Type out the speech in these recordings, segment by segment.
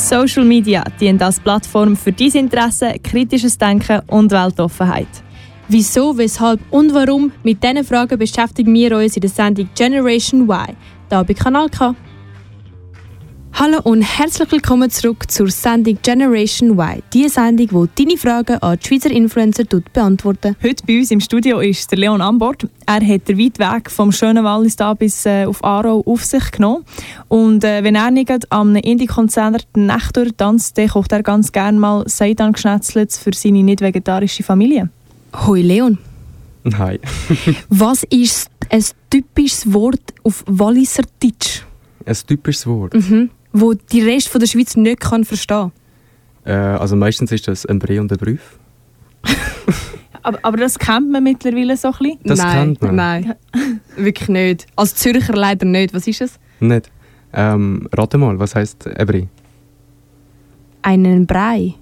Social Media dient als Plattform für dein Interesse, kritisches Denken und Weltoffenheit. Wieso, weshalb und warum? Mit diesen Fragen beschäftigen wir uns in der Sendung Generation Y, hier bei Kanal K. Hallo und herzlich willkommen zurück zur Sendung Generation Y. Die Sendung, die deine Fragen an die Schweizer Influencer beantwortet. Heute bei uns im Studio ist der Leon an Bord. Er hat den weiten Weg vom schönen Wallis da bis auf Aarau auf sich genommen. Und wenn er nicht an einem Indie-Konzert die Nacht durchtanzt, dann kocht er ganz gerne mal Seitan-Geschnetzlets für seine nicht vegetarische Familie. Hoi Leon. Hi. Was ist ein typisches Wort auf Walliser Deutsch? Ein typisches Wort? Wo die Rest von der Schweiz nicht verstehen kann. Also meistens ist das ein Bre und ein Brief. aber das kennt man mittlerweile so ein bisschen? Das kennt man? Nein, wirklich nicht. Als Zürcher leider nicht. Was ist es? Nicht. Rate mal, was heisst ein Bre? Einen Brei.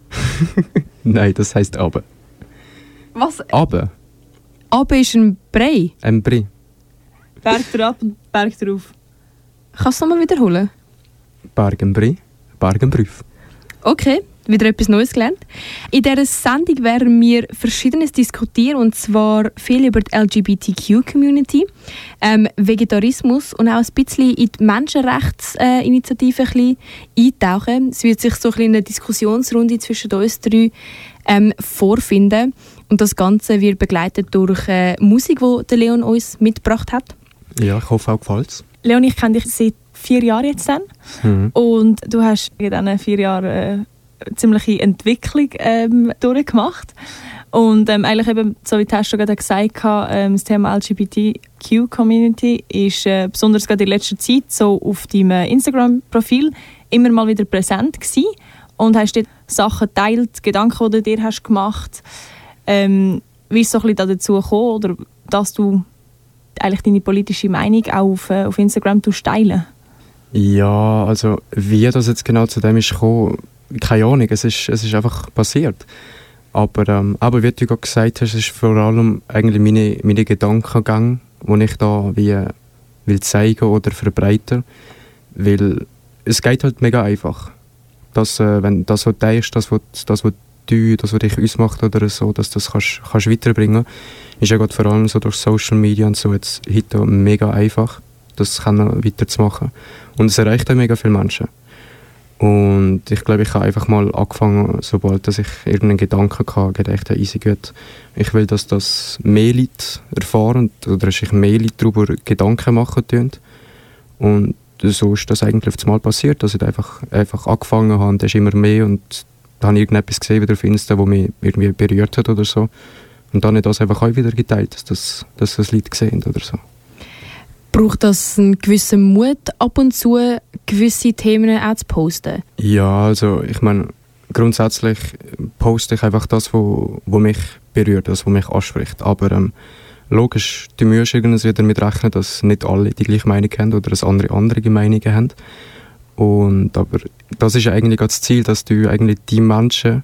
Nein, das heisst Abe. Was? Abe? Abe ist ein Brei? Ein Bre. Berg drauf und Berg drauf. Kannst du es nochmal wiederholen? Bergenbrie, Bergenbrief. Okay, wieder etwas Neues gelernt. In dieser Sendung werden wir Verschiedenes diskutieren, und zwar viel über die LGBTQ-Community, Vegetarismus und auch ein bisschen in die Menschenrechtsinitiative eintauchen. Es wird sich so ein bisschen eine Diskussionsrunde zwischen uns drei vorfinden. Und das Ganze wird begleitet durch Musik, die der Leon uns mitgebracht hat. Ja, ich hoffe auch gefällt's. Leon, ich kenne dich seit 4 Jahren jetzt dann. Und du hast in diesen 4 Jahren ziemliche Entwicklung durchgemacht. Und eigentlich eben, so wie du schon gerade gesagt hast, das Thema LGBTQ-Community ist besonders gerade in letzter Zeit so auf deinem Instagram-Profil immer mal wieder präsent gewesen. Und hast dort Sachen geteilt, Gedanken, die du dir hast gemacht. Wie ist es so ein bisschen dazu gekommen, oder dass du eigentlich deine politische Meinung auch auf Instagram teilen? Ja, also wie das jetzt genau zu dem ist gekommen, keine Ahnung, es ist einfach passiert. Aber wie du gerade gesagt hast, ist vor allem eigentlich meine Gedankengänge, die ich da wie will zeigen oder verbreiten, weil es geht halt mega einfach. Dass, wenn das, was du denkst, das, was dich ausmacht oder so, dass das kannst weiterbringen, ist ja gerade vor allem so durch Social Media und so jetzt heute mega einfach, das weiterzumachen. Und es erreicht auch mega viele Menschen. Und ich glaube, ich habe einfach mal angefangen, sobald dass ich irgendeinen Gedanken hatte, gedacht, easy gut. Ich will, dass das mehr Leute erfahren oder sich mehr Leute darüber Gedanken machen tun. Und so ist das eigentlich auf einmal passiert, dass ich einfach angefangen habe, und das ist immer mehr, und da habe ich irgendetwas gesehen wieder auf Insta, das mich irgendwie berührt hat oder so. Und dann habe ich das einfach auch wieder geteilt, dass das Leute gesehen oder so. Braucht das einen gewissen Mut, ab und zu gewisse Themen auch zu posten? Ja, also ich meine, grundsätzlich poste ich einfach das, was mich berührt, das, was mich anspricht. Aber logisch, du musst irgendwie wieder mit rechnen, dass nicht alle die gleiche Meinung haben oder dass andere Meinungen haben. Aber das ist eigentlich das Ziel, dass du eigentlich die Menschen,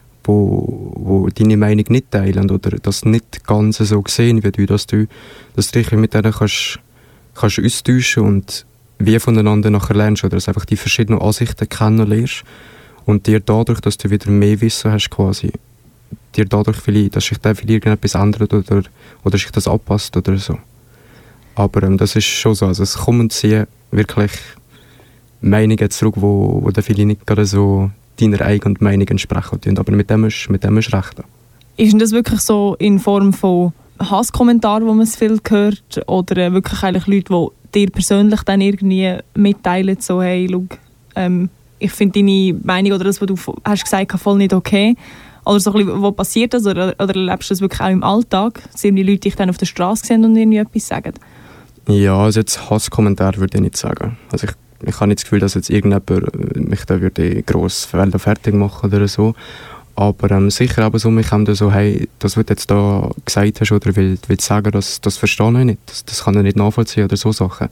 die deine Meinung nicht teilen oder das nicht ganz so sehen, wie du, dass du dich mit denen kannst austauschen und wie voneinander nachher lernst oder dass einfach die verschiedenen Ansichten kennenlernst und dir dadurch, dass du wieder mehr Wissen hast quasi, dir dadurch dass sich da irgendetwas ändert oder sich das anpasst oder so. Aber das ist schon so, also es kommen sehr wirklich Meinungen zurück, wo da viele nicht gerade so deiner eigenen Meinung entsprechen tun. Aber mit dem ist recht. Ist denn das wirklich so in Form von Hasskommentaren, wo man es viel hört, oder wirklich eigentlich Leute, die dir persönlich dann irgendwie mitteilen, so hey, schau, ich finde deine Meinung oder das, was du hast gesagt, voll nicht okay? Oder so ein bisschen, wo passiert das? Oder erlebst du das wirklich auch im Alltag? Sehen die Leute dich dann auf der Straße sehen und irgendwie etwas sagen? Ja, also jetzt Hasskommentare würde ich nicht sagen. Also ich habe nicht das Gefühl, dass jetzt irgendjemand mich da würde gross fertig machen oder so. Aber sicher aber so, mich haben da so, hey, das, was du jetzt da gesagt hast oder willst sagen, das verstehe ich nicht. Das kann ich nicht nachvollziehen oder so Sachen.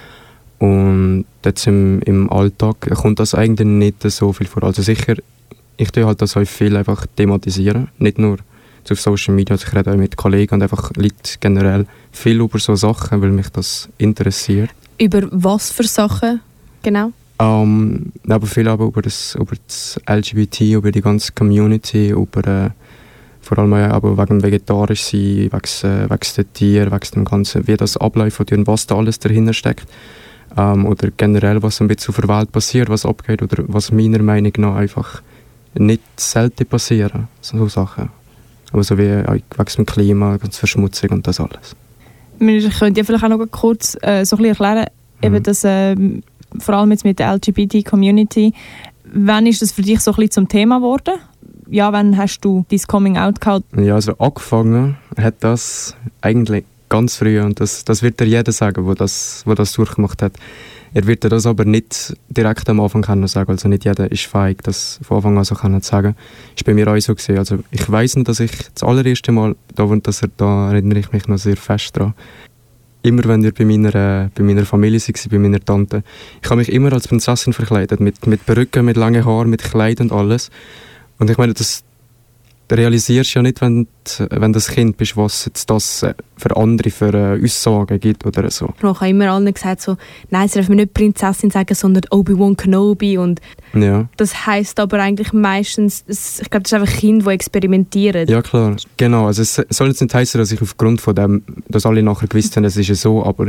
Und jetzt im Alltag kommt das eigentlich nicht so viel vor. Also sicher, ich tue halt das auch viel einfach thematisieren. Nicht nur auf Social Media, also ich rede auch mit Kollegen und einfach Leute generell viel über so Sachen, weil mich das interessiert. Über was für Sachen genau? Aber viel aber über das LGBT, über die ganze Community, über vor allem aber wegen vegetarisch sein, wegen den Tieren, wegen dem Ganzen, wie das abläuft und was da alles dahinter steckt. Oder generell, was ein bisschen auf der Welt passiert, was abgeht oder was meiner Meinung nach einfach nicht selten passieren, so Sachen. Aber so wie wegen dem Klima, ganz Verschmutzung und das alles. Ich könnte ja vielleicht auch noch kurz so ein bisschen erklären, eben das, vor allem jetzt mit der LGBT-Community, wann ist das für dich so ein bisschen zum Thema geworden? Ja, wann hast du dein Coming-out gehabt? Ja, also angefangen hat das eigentlich ganz früh und das wird dir jeder sagen, der das durchgemacht hat. Er wird dir das aber nicht direkt am Anfang können sagen, also nicht jeder ist fähig, das von Anfang an so zu sagen. Das war bei mir auch so gewesen. Also ich weiss nicht, dass ich das allererste Mal, da erinnere ich mich noch sehr fest dran, immer wenn wir bei meiner Familie waren, bei meiner Tante, ich habe mich immer als Prinzessin verkleidet, mit Perücke, mit langen Haaren, mit Kleid und alles. Und ich meine, das realisierst du ja nicht, wenn das Kind bist, was jetzt das für andere für Aussagen gibt oder so. Ich habe immer allen gesagt, so, nein, sie dürfen nicht Prinzessin sagen, sondern Obi-Wan Kenobi. Und ja. Das heisst aber eigentlich meistens, ich glaube, das ist einfach Kinder, die experimentieren. Ja, klar. Genau. Also es soll jetzt nicht heißen, dass ich aufgrund von dem, dass alle nachher gewusst haben, es ist ja so, aber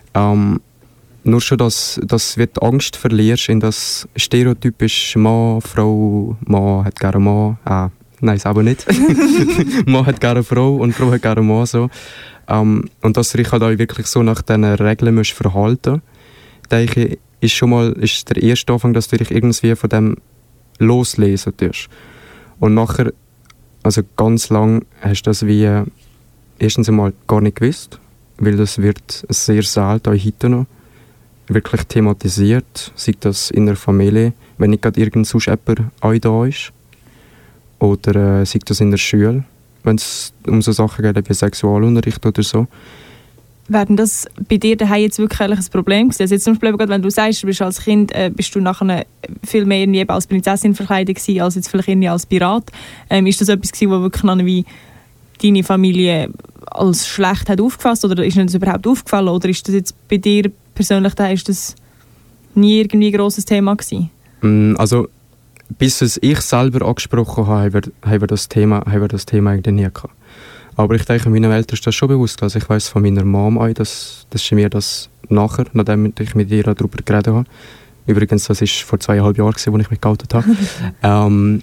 nur schon, dass du die Angst verlierst in das stereotypische Mann, Frau, Mann hat gerne Mann, nein, aber nicht. Mann hat gerne Frau und Frau hat gerne Mann. So. Und dass du dich halt auch wirklich so nach diesen Regeln musst verhalten, denke ich, ist der erste Anfang, dass du dich irgendwie von dem loslesen tust. Und nachher, also ganz lang, hast du das wie erstens einmal gar nicht gewusst, weil das wird sehr selten, auch heute noch, wirklich thematisiert, sei das in der Familie, wenn nicht gerade irgend sonst jemand auch da ist. Oder sei das in der Schule, wenn es um so Sachen geht wie Sexualunterricht oder so. Werden das bei dir daheim jetzt wirklich ein Problem gewesen? Also jetzt zum Beispiel, wenn du sagst, du bist als Kind bist du nachher viel mehr irgendwie als Prinzessin verkleidet gewesen, als jetzt vielleicht irgendwie als Pirat. Ist das etwas gewesen, was wirklich dann wie deine Familie als schlecht hat aufgefasst oder ist ihnen das überhaupt aufgefallen? Oder ist das jetzt bei dir persönlich daheim, ist das nie irgendwie ein grosses Thema gewesen? Also bis es ich selber angesprochen habe, haben wir das Thema eigentlich nie gehabt. Aber ich denke, meinen Eltern ist das schon bewusst. Also ich weiss von meiner Mom auch, dass sie mir das nachher, nachdem ich mit ihr darüber geredet habe, übrigens, das war vor 2,5 Jahren, als ich mich geoutet habe,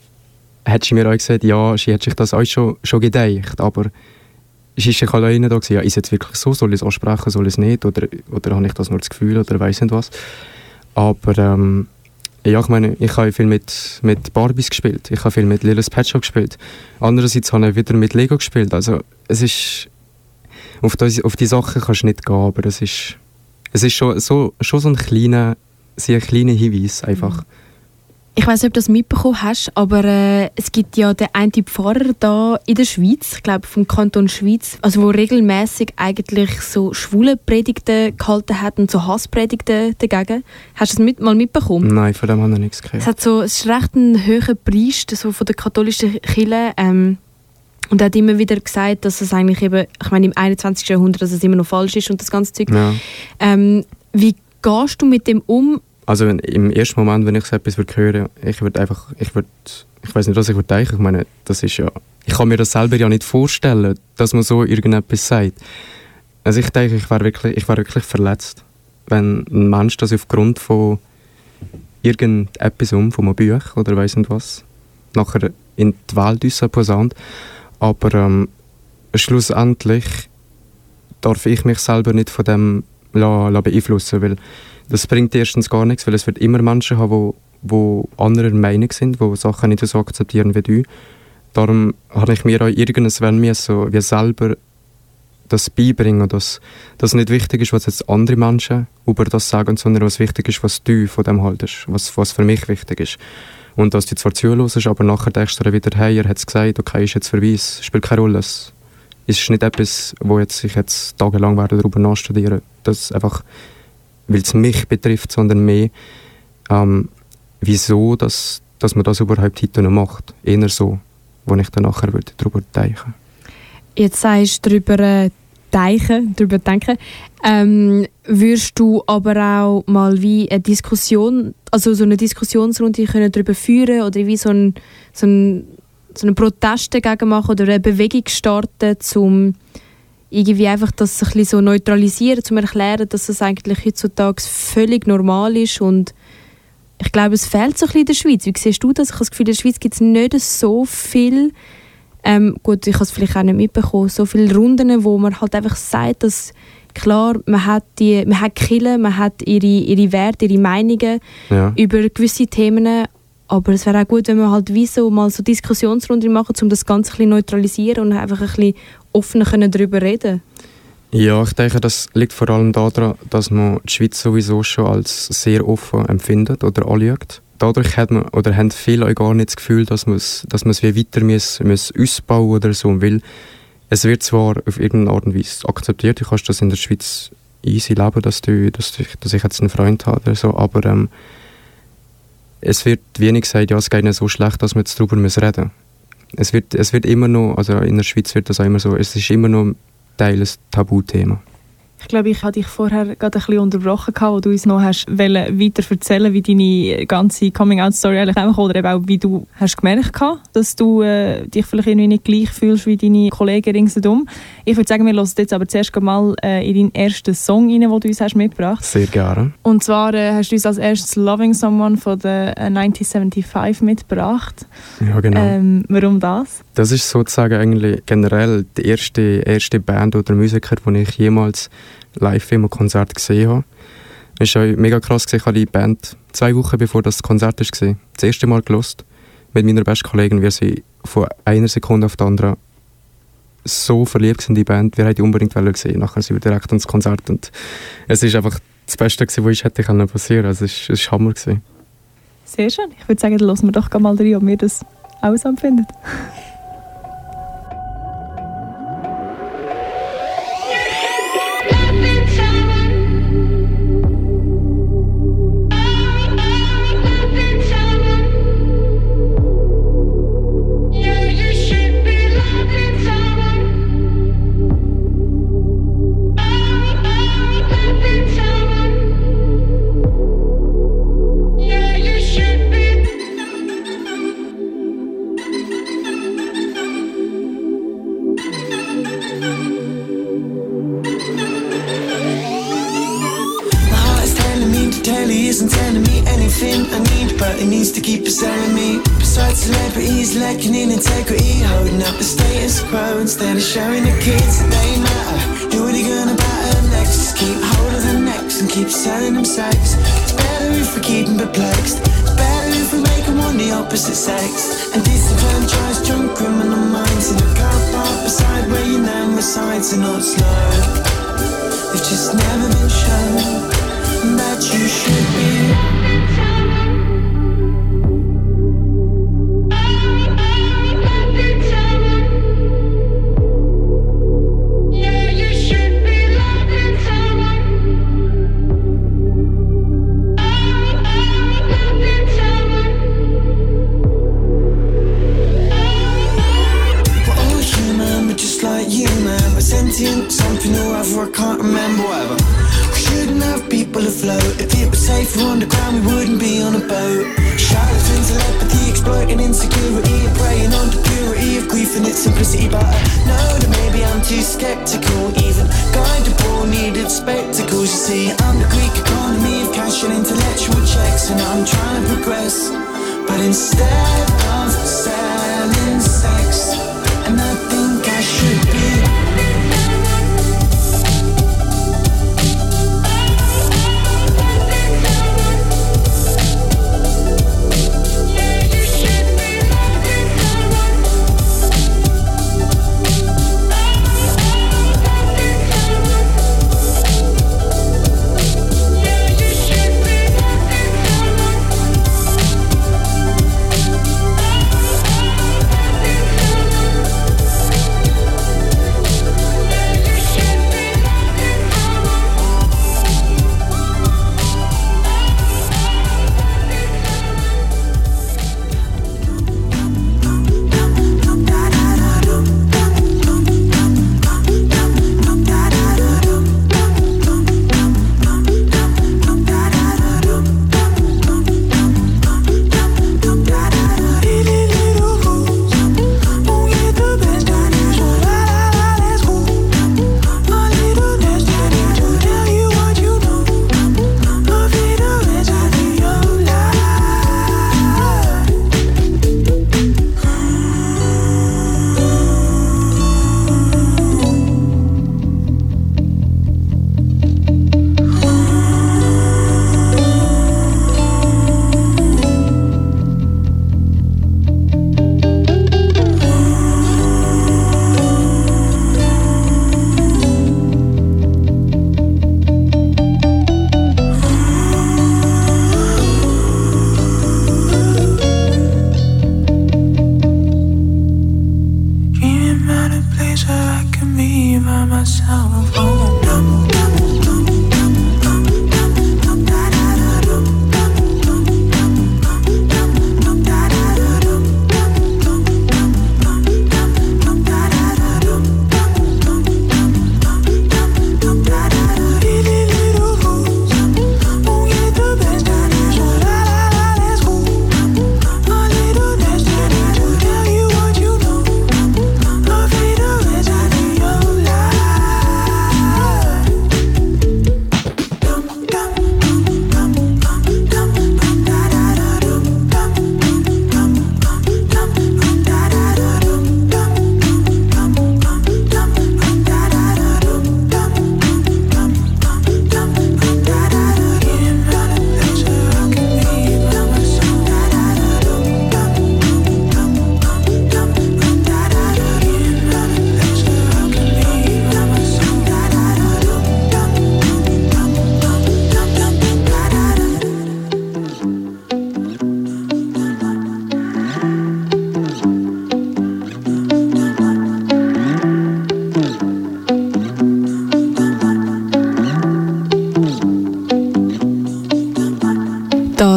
hat sie mir auch gesagt, ja, sie hat sich das auch schon gedacht, aber sie ist halt auch nicht da gewesen, ja, ist es jetzt wirklich so, soll ich es ansprechen, soll ich es nicht, oder habe ich das nur das Gefühl, oder weiss nicht was. Aber ja, ich meine, ich habe viel mit Barbies gespielt, ich habe viel mit Littlest Pet Shop gespielt. Andererseits habe ich wieder mit Lego gespielt. Also es ist, auf die Sachen kannst du nicht gehen, aber es ist schon so ein kleiner Hinweis einfach. Ich weiss nicht, ob du das mitbekommen hast, aber es gibt ja den einen Pfarrer da in der Schweiz, ich glaube vom Kanton Schweiz, also wo regelmäßig eigentlich so schwule Predigten gehalten hat und so Hasspredigten dagegen. Hast du das mal mitbekommen? Nein, von dem habe ich nichts gehört. Es ist recht ein hoher Priester so von der katholischen Kirche und er hat immer wieder gesagt, dass es eigentlich eben, ich meine im 21. Jahrhundert, dass es immer noch falsch ist und das ganze Zeug. Ja. Wie gehst du mit dem um? Also im ersten Moment, wenn ich so etwas höre, ich weiß nicht, was ich denke. Ich meine, das ist ja, ich kann mir das selber ja nicht vorstellen, dass man so irgendetwas sagt. Also ich denke, ich wäre wirklich verletzt, wenn ein Mensch das aufgrund von irgendetwas von einem Buch oder weiss nicht was, nachher in die Welt posaunt. Aber schlussendlich darf ich mich selber nicht von dem beeinflussen, weil das bringt erstens gar nichts, weil es wird immer Menschen haben, die anderer Meinung sind, die Sachen nicht so akzeptieren wie du. Darum habe ich mir auch irgendwann so wie selber das beibringen, dass das nicht wichtig ist, was jetzt andere Menschen über das sagen, sondern was wichtig ist, was du von dem haltest, was für mich wichtig ist. Und dass du zwar zuhörst, aber nachher denkst du wieder, hey, er hat es gesagt, okay, ist jetzt vorbei, es spielt keine Rolle. Es ist nicht etwas, wo ich jetzt tagelang darüber nachstudieren. Das einfach, weil es mich betrifft, sondern mehr, wieso, dass man das überhaupt heute noch macht. Eher so, wo ich dann nachher darüber denken. Jetzt sagst du darüber, darüber denken. Würdest du aber auch mal wie eine Diskussion, also so eine Diskussionsrunde können darüber führen oder wie so einen Protest dagegen machen oder eine Bewegung starten, um irgendwie einfach das ein bisschen so neutralisieren, um erklären, dass das eigentlich heutzutage völlig normal ist und ich glaube, es fehlt so ein bisschen in der Schweiz. Wie siehst du das? Ich habe das Gefühl, in der Schweiz gibt es nicht so viel, gut, ich habe es vielleicht auch nicht mitbekommen, so viele Runden, wo man halt einfach sagt, dass klar, man hat Kirche, man hat ihre Werte, ihre Meinungen über gewisse Themen, aber es wäre auch gut, wenn man halt wie so mal so Diskussionsrunden machen, um das Ganze ein bisschen neutralisieren und einfach ein bisschen offener darüber reden. Ja, ich denke, das liegt vor allem daran, dass man die Schweiz sowieso schon als sehr offen empfindet oder anschaut. Dadurch haben viele auch gar nicht das Gefühl, dass man es wie weiter ausbauen oder so, weil es wird zwar auf irgendeine Art und Weise akzeptiert, du kannst das in der Schweiz easy leben, dass ich jetzt einen Freund habe oder so, aber es wird wenig gesagt, ja, es geht nicht so schlecht, dass wir jetzt darüber reden müssen. Es wird immer noch, also in der Schweiz wird das auch immer so, es ist immer noch Teil des Tabuthema. Ich glaube, ich habe dich vorher gerade ein bisschen unterbrochen, wo du uns noch hast weiter erzählen, wie deine ganze Coming-out-Story eigentlich kam, oder eben auch, wie du hast gemerkt hast, dass du dich vielleicht irgendwie nicht gleich fühlst wie deine Kollegen ringsherum. Ich würde sagen, wir hören jetzt aber zuerst mal in deinen ersten Song rein, den du uns hast mitgebracht hast. Sehr gerne. Und zwar hast du uns als erstes «Loving Someone» von der 1975 mitgebracht. Ja, genau. Warum das? Das ist sozusagen eigentlich generell die erste Band oder Musiker, die ich jemals live im Konzert gesehen habe. Es war mega krass, ich habe die Band 2 Wochen bevor das Konzert war, das erste Mal gehört. Mit meiner besten Kollegin, wir sind von einer Sekunde auf die andere so verliebt in die Band. Wir wollten die unbedingt sehen. Nachher sind wir direkt ins Konzert und es war einfach das Beste, was hätte passieren können. Also es war Hammer. Sehr schön. Ich würde sagen, dann hören wir doch mal rein, ob wir das auch so empfinden. Isn't telling me anything I need, but it needs to keep selling me. Besides celebrities lacking in integrity, holding up the status quo instead of showing the kids that they matter. Who are they gonna batter next? Just keep hold of their necks and keep selling them sex. It's better if we keep them perplexed. It's better if we make them want the opposite sex. And disenfranchised drunk criminal minds in a car park beside where your name resides are not slow. They've just never been shown that you should be. Something or other, I can't remember whatever. We shouldn't have people afloat. If it was safer underground, we wouldn't be on a boat. Charlatans, telepathy, exploiting insecurity, and preying on the purity of grief and its simplicity. But I know that maybe I'm too skeptical. Even guidable needed spectacles. You see, I'm the Greek economy of cash and intellectual checks, and I'm trying to progress. But instead of selling sex, and I think I should be.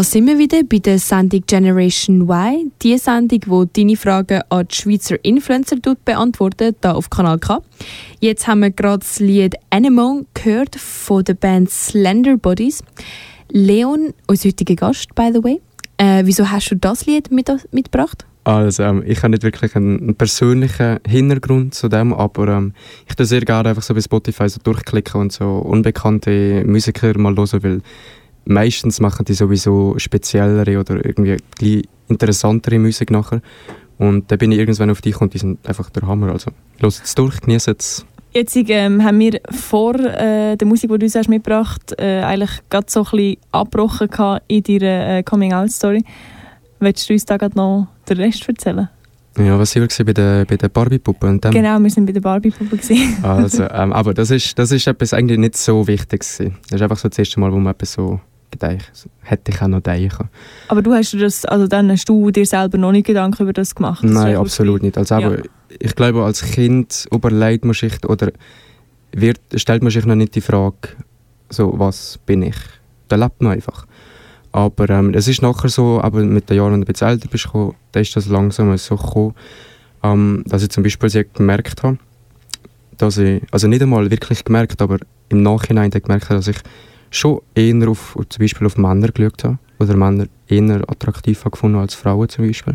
Da sind wir wieder bei der Sendung Generation Y. Die Sendung, die deine Fragen an die Schweizer Influencer beantwortet, hier auf Kanal K. Jetzt haben wir gerade das Lied «Anemone» gehört von der Band Slender Bodies. Leon, unser heutiger Gast, by the way. Wieso hast du das Lied mitgebracht? Also, ich habe nicht wirklich einen persönlichen Hintergrund zu dem, aber ich tue sehr gerne einfach so bei Spotify so durchklicken und so unbekannte Musiker mal hören, weil meistens machen die sowieso speziellere oder irgendwie interessantere Musik nachher. Und dann bin ich irgendwann auf die und die sind einfach der Hammer. Also, hört es durch, genießt es. Jetzt haben wir vor der Musik, die du uns hast mitgebracht hast, eigentlich gerade so ein bisschen abgebrochen in deiner Coming-out-Story. Willst du uns da gerade noch den Rest erzählen? Ja, was waren wir bei der Barbie-Puppe? Genau, wir waren bei der Barbie-Puppe. Also, aber das ist etwas eigentlich nicht so Wichtiges gewesen. Das ist einfach so das erste Mal, wo man etwas so gedacht hätte ich auch noch denken. Aber du hast dann hast du dir selber noch nicht Gedanken über das gemacht? Nein, absolut nicht. Also, aber ich glaube, als Kind überlegt man sich oder stellt man sich noch nicht die Frage, so, was bin ich? Da lebt man einfach. Aber es ist nachher so, aber mit den Jahren, wenn du ein bisschen älter bist, dann ist das langsam so gekommen, dass ich zum Beispiel gemerkt habe, dass ich, also nicht einmal wirklich gemerkt, aber im Nachhinein gemerkt habe, dass ich schon eher zum Beispiel auf Männer geschaut habe oder Männer eher attraktiv gefunden als Frauen zum Beispiel.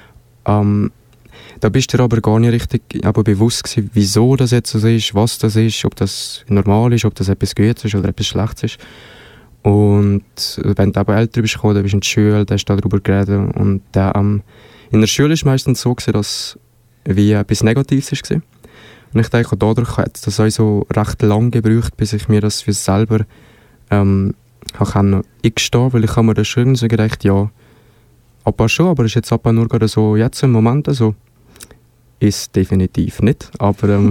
Da bist du dir aber gar nicht richtig bewusst gewesen, wieso das jetzt so ist, was das ist, ob das normal ist, ob das etwas Gutes ist oder etwas Schlechtes ist. Und wenn du aber älter bist, dann bist du in der Schule, dann hast du darüber geredet. Und in der Schule war es meistens so, dass es wie etwas Negatives war. Und ich denke, dadurch hat es so recht lange gebraucht, bis ich mir das für selber eingestehen, weil ich habe mir das schon so gedacht, ja, aber schon, aber ist jetzt aber nur gerade so, jetzt im Moment so. Ist definitiv nicht, aber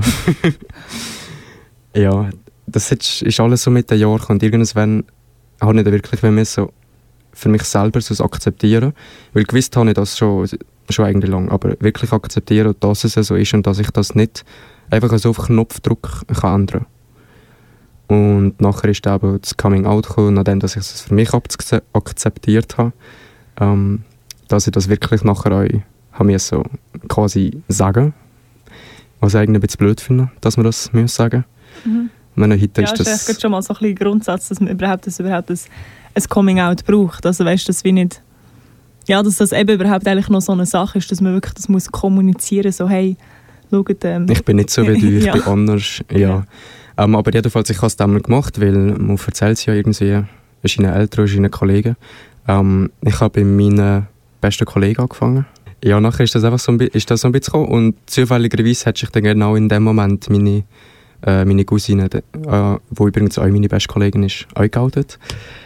ja, das ist alles so mit den Jahren und irgendwann habe ich wirklich so für mich selber so akzeptieren, weil gewusst habe ich das schon eigentlich lang, aber wirklich akzeptieren, dass es so ist und dass ich das nicht einfach so auf Knopfdruck kann ändern. Und nachher ist eben das Coming Out gekommen, nachdem dass ich es für mich akzeptiert habe, dass ich das wirklich nachher auch habe mir so quasi sagen, was ich eigentlich ein bisschen blöd finde, dass man das sagen muss. Mhm. Heute ist das schon mal so ein bisschen Grundsatz, dass man überhaupt ein Coming-out braucht. Also weißt, dass wir nicht, ja, dass das eben überhaupt eigentlich noch so eine Sache ist, dass man wirklich das muss kommunizieren, so hey, schaut, ich bin nicht so wie du, ich bin anders. Ja. Aber jedenfalls, ich habe es damals gemacht, weil man erzählt es ja irgendwie, seinen Eltern, seinen Kollegen. Ich habe bei meinen besten Kollegen angefangen. Ja, nachher ist das einfach so ein bisschen gekommen und zufälligerweise hat sich dann genau in dem Moment meine Cousine, die übrigens auch meine beste Kollegin ist, auch geoutet.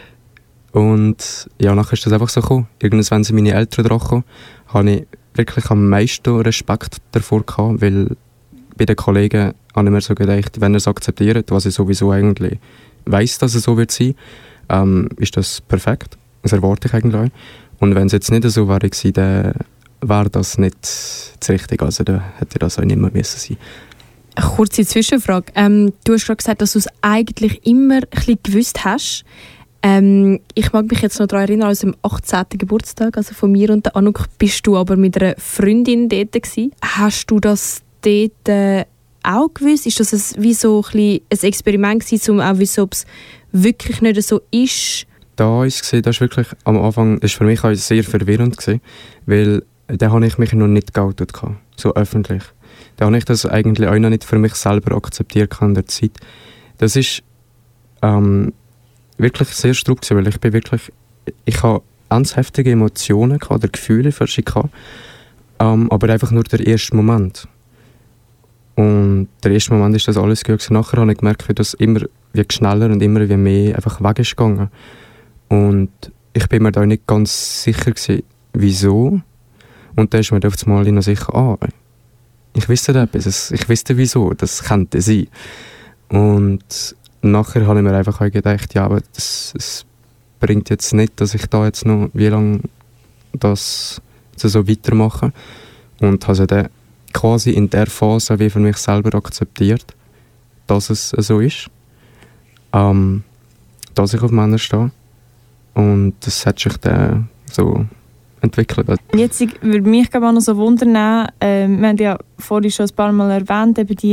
Und ja, nachher ist das einfach so gekommen. Irgendwann sind meine Eltern dran gekommen, habe ich wirklich am meisten Respekt davor gehabt, weil bei den Kollegen habe ich mir so gedacht, wenn er es akzeptiert, was ich sowieso eigentlich weiss, dass es so wird sein, ist das perfekt. Das erwarte ich eigentlich auch. Und wenn es jetzt nicht so wäre, dann wäre das nicht das Richtige. Also dann hätte das auch nicht mehr müssen sein. Eine kurze Zwischenfrage. Du hast gerade gesagt, dass du es eigentlich immer ein bisschen gewusst hast. Ich mag mich jetzt noch daran erinnern, als am 18. Geburtstag, also von mir und der Anouk, bist du aber mit einer Freundin dort gewesen. Hast du das dort auch gewusst? Ist das wie so ein Experiment gewesen, um auch zu wissen, ob es wirklich nicht so ist? Da ist es, das ist wirklich am Anfang, das war für mich auch sehr verwirrend gewesen, weil da habe ich mich noch nicht geoutet, so öffentlich. Da habe ich das eigentlich auch noch nicht für mich selber akzeptiert in der Zeit. Das ist wirklich sehr strub, weil ich habe ganz heftige Emotionen oder Gefühle für sie gehabt, aber einfach nur der erste Moment. Und der erste Moment ist das alles gut. Nachher habe ich gemerkt, wie das immer wie schneller und immer wie mehr einfach weg ist gegangen. Und ich bin mir da nicht ganz sicher gewesen, wieso. Und dann ist mir auf einmal noch sicher, ich wusste etwas, ich wusste wieso, das könnte sein. Und nachher habe ich mir einfach auch gedacht, ja, aber es bringt jetzt nicht, dass ich da jetzt noch wie lange das so weitermache. Und habe dann quasi in der Phase wie für mich selber akzeptiert, dass es so ist, dass ich auf Männer stehe. und das hat sich dann so entwickelt. Jetzt würde mich auch noch so wundern, wir haben ja vorhin schon ein paar Mal erwähnt, eben die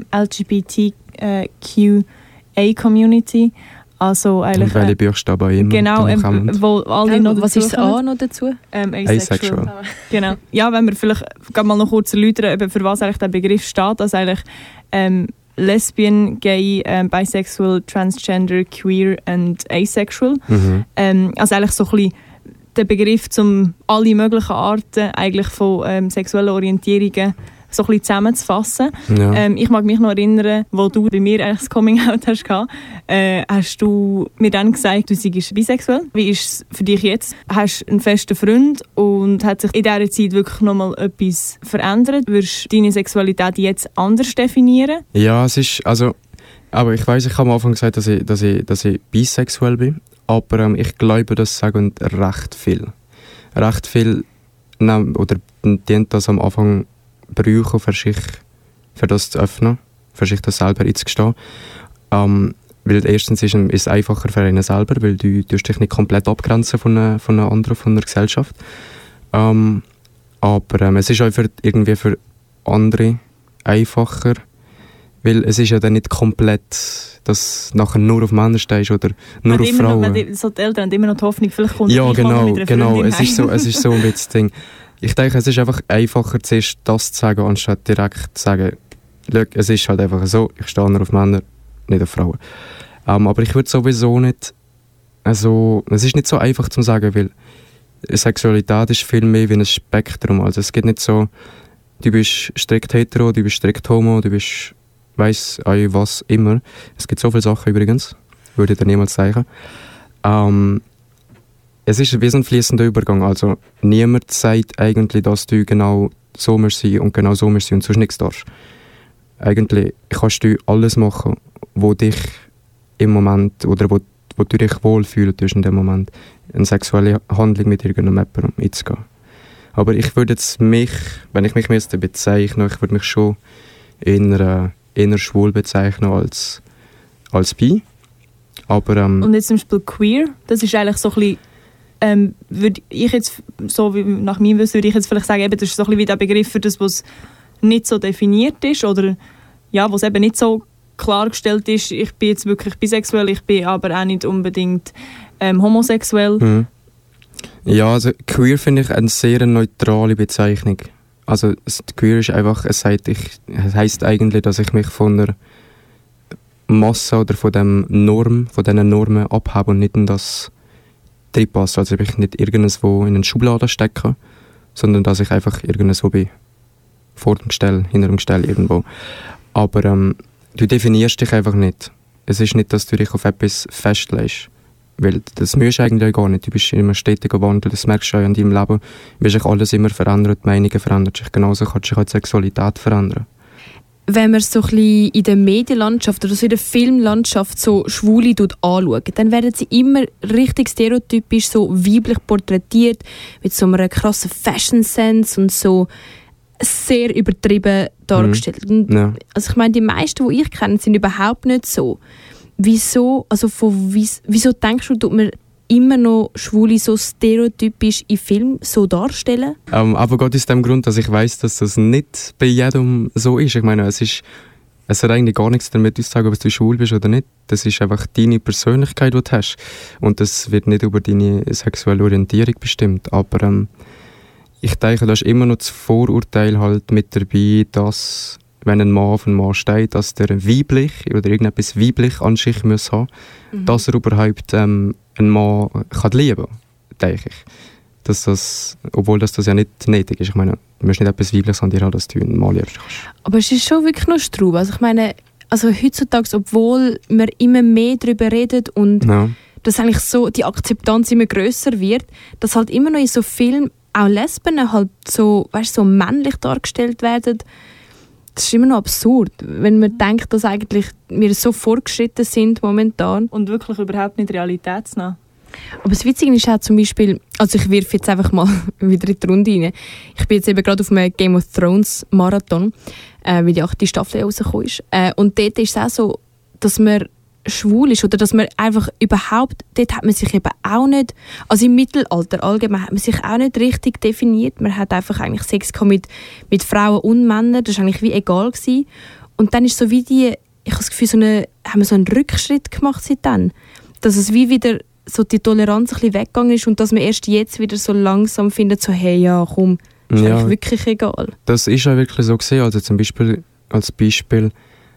LGBTQA-Community. Also eigentlich, und welche Buchstaben auch immer. Genau, wo alle noch was ist das A noch dazu? Asexual. Genau. Ja, wenn wir vielleicht mal noch kurz erläutern, für was eigentlich der Begriff steht, also eigentlich Lesbian, Gay, Bisexual, Transgender, Queer und Asexual. Also eigentlich so ein bisschen der Begriff, um alle möglichen Arten eigentlich von sexuellen Orientierungen so ein bisschen zusammenzufassen. Ja. Ich mag mich noch erinnern, wo du bei mir eigentlich das Coming-out hast du mir dann gesagt, du seist bisexuell. Wie ist es für dich jetzt? Hast du einen festen Freund und hat sich in dieser Zeit wirklich nochmal etwas verändert? Würdest du deine Sexualität jetzt anders definieren? Ja, es ist, also, aber ich weiss, ich habe am Anfang gesagt, dass ich bisexuell bin, aber ich glaube, das sagen recht viel. Recht viel, oder die das am Anfang brauchen, für das zu öffnen, für sich das selber einzugestehen. Weil erstens ist es einfacher für einen selber, weil du dich nicht komplett abgrenzen von einer anderen, von einer Gesellschaft. Aber es ist auch irgendwie für andere einfacher, weil es ist ja dann nicht komplett, dass nachher nur auf Männer stehst oder nur auf Frauen. Die Eltern haben immer noch die Hoffnung, vielleicht kommt ja, genau. Es ist so ein bisschen das Ding. Ich denke, es ist einfach einfacher, zuerst das zu sagen, anstatt direkt zu sagen, es ist halt einfach so, ich stehe nur auf Männer, nicht auf Frauen. Aber ich würde sowieso nicht, also, es ist nicht so einfach zu sagen, weil Sexualität ist viel mehr wie ein Spektrum. Also es geht nicht so, du bist strikt hetero, du bist strikt homo, du bist weiss was immer. Es gibt so viele Sachen übrigens, würde ich dir niemals zeigen. Es ist wie so ein fließender Übergang, also niemand sagt eigentlich, dass du genau so musst sein und genau so musst sein und sonst nichts darfst. Eigentlich kannst du alles machen, wo dich im Moment, oder wo du dich wohlfühlst in dem Moment, eine sexuelle Handlung mit irgendjemandem einzugehen. Aber ich würde jetzt wenn ich mich müsste bezeichnen, ich würde mich schon eher schwul bezeichnen als bi. Aber, und jetzt zum Beispiel queer, das ist eigentlich so ein bisschen würde ich jetzt, so wie nach meinem Wissen, würde ich jetzt vielleicht sagen, eben, das ist so ein bisschen wie der Begriff für das, was nicht so definiert ist oder ja, was eben nicht so klargestellt ist, ich bin jetzt wirklich bisexuell, ich bin aber auch nicht unbedingt homosexuell. Ja, also queer finde ich eine sehr neutrale Bezeichnung. Also queer ist einfach, es heisst eigentlich, dass ich mich von der Masse oder von diesen Normen abhabe und nicht in das reinpasse. Also ich nicht irgendwo in eine Schublade stecke, sondern dass ich einfach irgendwo bin. Vor dem Gestell, hinter dem Gestell irgendwo. Aber du definierst dich einfach nicht. Es ist nicht, dass du dich auf etwas festlegst. Weil das musst du eigentlich gar nicht. Du bist immer stetiger Wandel, das merkst du auch in deinem Leben. Wie sich alles immer verändert, die Meinungen verändern sich. Genauso kann sich auch die Sexualität verändern. Wenn man so ein bisschen in der Medienlandschaft oder so in der Filmlandschaft so Schwule anschaut, dann werden sie immer richtig stereotypisch so weiblich porträtiert, mit so einer krassen Fashion-Sense und so sehr übertrieben dargestellt. Ja. Also ich meine, die meisten, die ich kenne, sind überhaupt nicht so. Wieso denkst du, tut man immer noch Schwule so stereotypisch in Filmen so darstellen? Aber gerade aus dem Grund, dass ich weiss, dass das nicht bei jedem so ist. Ich meine, es hat eigentlich gar nichts damit zu sagen, ob du schwul bist oder nicht. Das ist einfach deine Persönlichkeit, die du hast. Und das wird nicht über deine sexuelle Orientierung bestimmt. Aber ich denke, da ist immer noch das Vorurteil halt mit dabei, dass, wenn ein Mann auf einen Mann steht, dass der weiblich oder irgendetwas weiblich an sich muss haben, dass er überhaupt einen Mann kann lieben kann, denke ich. Obwohl das ja nicht nötig ist. Ich meine, du musst nicht etwas Weibliches an dir haben, dass du einen Mann liebst. Aber es ist schon wirklich noch Straub. Also ich meine, heutzutage, obwohl man immer mehr darüber redet und dass eigentlich so die Akzeptanz immer grösser wird, dass halt immer noch in so Filmen auch Lesben halt so, so männlich dargestellt werden. Das ist immer noch absurd, wenn man denkt, dass eigentlich wir so fortgeschritten sind momentan. Und wirklich überhaupt nicht realitätsnah. Aber das Witzige ist auch zum Beispiel, also ich wirf jetzt einfach mal wieder in die Runde rein. Ich bin jetzt eben gerade auf einem Game of Thrones Marathon, weil die 8. Staffel rausgekommen ist. Und dort ist es auch so, dass man schwul ist oder dass man einfach überhaupt, dort hat man sich eben auch nicht, also im Mittelalter allgemein hat man sich auch nicht richtig definiert. Man hat einfach eigentlich Sex mit Frauen und Männern, das war eigentlich wie egal gewesen. Und dann ist so wie ich habe das Gefühl, haben wir so einen Rückschritt gemacht seitdem. Dass es wie wieder so die Toleranz ein bisschen weggegangen ist und dass man erst jetzt wieder so langsam findet, so hey, ja komm, ist eigentlich wirklich egal. Das ist ja wirklich so gesehen, also zum Beispiel, als Beispiel,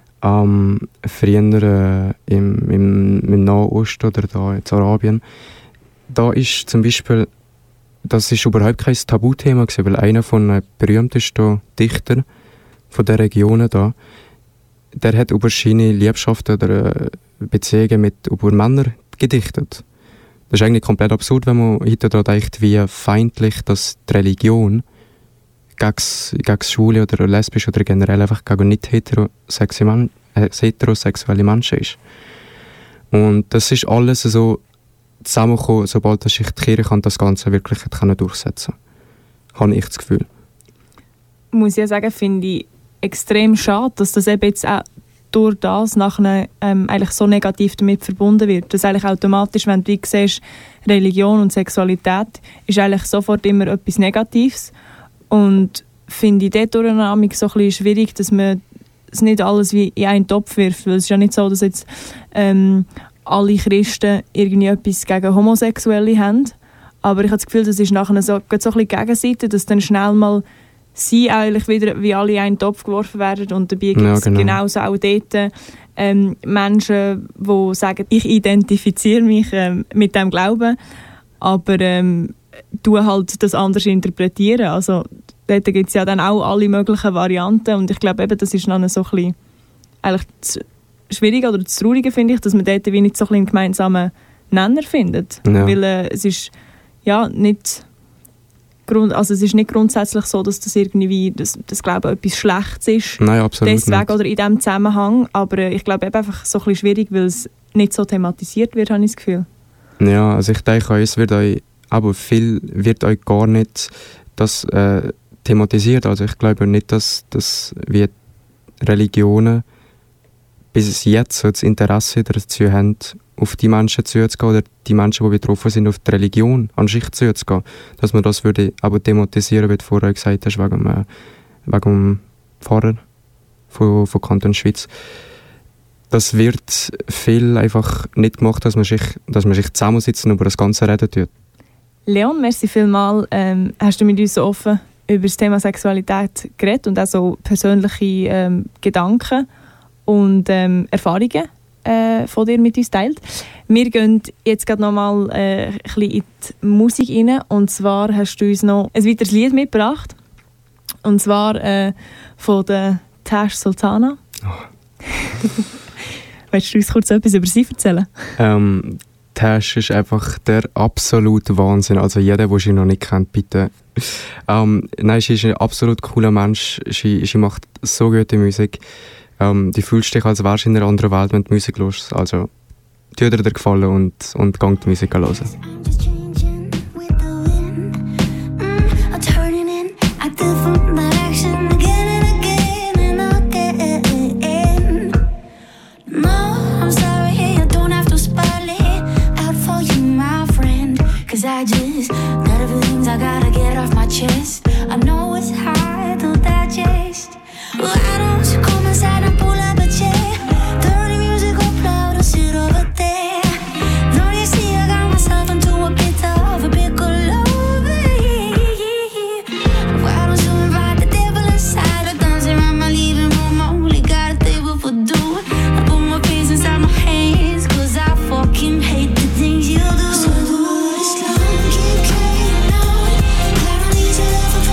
früher im Nahen Osten oder da in Arabien, da ist zum Beispiel, das ist überhaupt kein Tabuthema gewesen, weil einer von den berühmtesten Dichter von der Region da, der hat über seine Liebschaften oder Beziehungen über Männer gedichtet. Das ist eigentlich komplett absurd, wenn man heute daran denkt, wie feindlich das die Religion gegen Schwule oder lesbische oder generell einfach gegen nicht heterosexuelle Menschen ist. Und das ist alles so zusammengekommen, sobald sich die Kirche das Ganze wirklich durchsetzen kann. Habe ich das Gefühl. Muss ich ja sagen, finde ich extrem schade, dass das eben jetzt auch durch das nachher eigentlich so negativ damit verbunden wird. Dass eigentlich automatisch, wenn du siehst, Religion und Sexualität ist eigentlich sofort immer etwas Negatives. Und finde ich dort so ein bisschen schwierig, dass man es nicht alles wie in einen Topf wirft. Weil es ist ja nicht so, dass jetzt alle Christen irgendwie etwas gegen Homosexuelle haben. Aber ich habe das Gefühl, das ist nachher so ein bisschen Gegenseite, dass dann schnell mal sie eigentlich wieder wie alle in einen Topf geworfen werden. Und dabei gibt es genauso auch dort Menschen, die sagen, ich identifiziere mich mit dem Glauben, aber tue halt das anders interpretieren. Also dort gibt es ja dann auch alle möglichen Varianten und ich glaube eben, das ist dann so ein bisschen eigentlich das Schwierige oder das Traurige, finde ich, dass man dort wie nicht so ein einen gemeinsamen Nenner findet. Ja. Weil es ist ja nicht es ist nicht grundsätzlich so, dass das irgendwie das Glauben etwas Schlechtes ist. Nein, absolut deswegen nicht. Oder in diesem Zusammenhang. Aber ich glaube eben einfach so ein bisschen schwierig, weil es nicht so thematisiert wird, habe ich das Gefühl. Ja, also ich denke, es wird euch aber viel wird euch gar nicht das thematisiert. Also ich glaube nicht, dass wir Religionen bis jetzt so das Interesse dazu haben, auf die Menschen zuzugehen oder die Menschen, die betroffen sind, auf die Religion an sich zuzugehen. Dass man das würde aber thematisieren, wie du vorher gesagt hast, wegen dem Pfarrer von Kanton Schwyz. Das wird viel einfach nicht gemacht, dass man sich zusammensitzen und über das Ganze reden tut. Leon, merci vielmals. Hast du mit uns so offen über das Thema Sexualität geredet und auch so persönliche Gedanken und Erfahrungen von dir mit uns teilt. Wir gehen jetzt gerade noch mal ein bisschen in die Musik rein. Und zwar hast du uns noch ein weiteres Lied mitgebracht. Und zwar von der Tash Sultana. Oh. Willst du uns kurz etwas über sie erzählen? Tash ist einfach der absolute Wahnsinn. Also jeder, der sie noch nicht kennt, bitte. Nein, sie ist ein absolut cooler Mensch. Sie macht so gute Musik. Du fühlst dich, als wärst du in einer anderen Welt, wenn du Musik hörst. Also, tut dir gefallen und gang die Musik hören. I just got a few things I gotta get off my chest. I know it's hard to digest. Why don't you come inside and pull up a chair? Turn the music up loud and sit over there. Don't you see I got myself into a bit of a piccolo? Why don't you invite the devil inside? I dance around my living room. I only got a table for two. I put my face inside my hands, cause I fucking hate the things you do. So do it slow, keep playing loud. I don't need your love.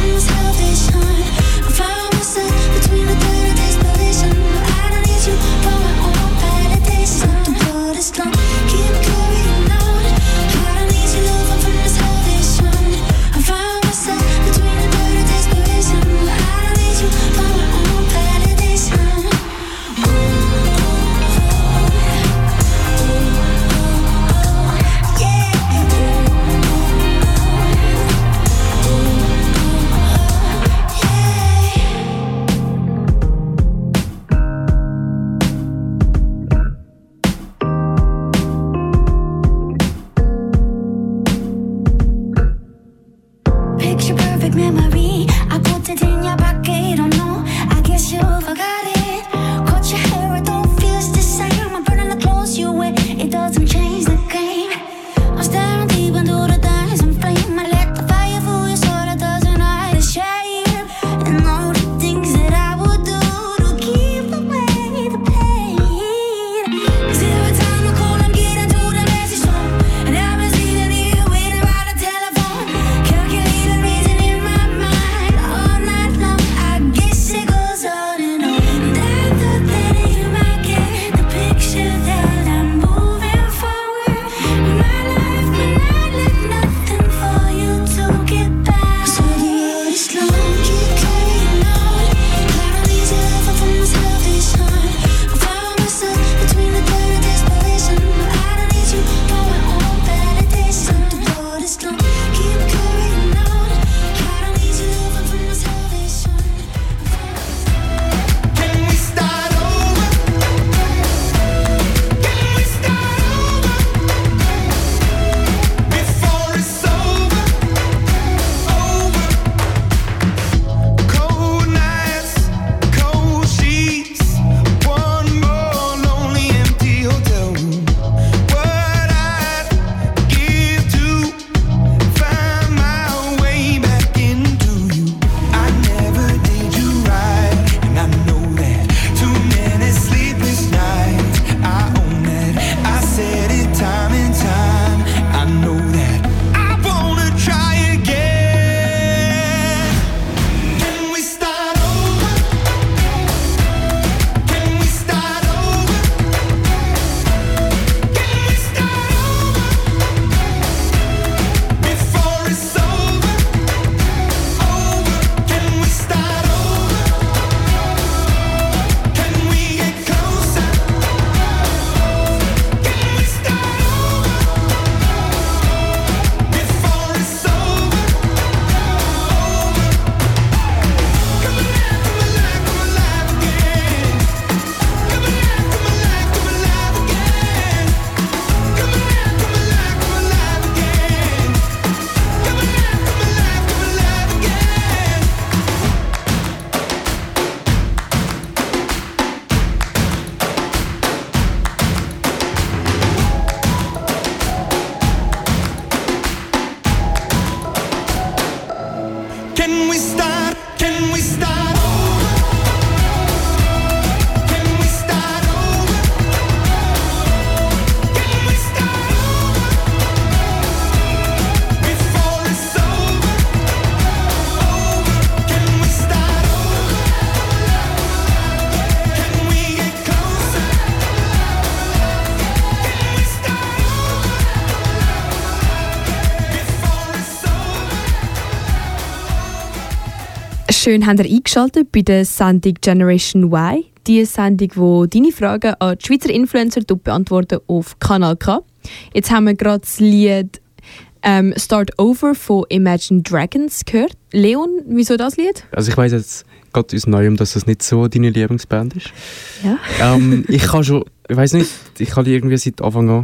Schön, habt ihr eingeschaltet bei der Sendung Generation Y. Die Sendung, die deine Fragen an die Schweizer Influencer beantworten auf Kanal K. Jetzt haben wir gerade das Lied Start Over von Imagine Dragons gehört. Leon, wieso das Lied? Also ich weiss jetzt gerade aus Neuem, dass das nicht so deine Lieblingsband ist. Ja. Ich weiss nicht, ich habe die irgendwie seit Anfang an,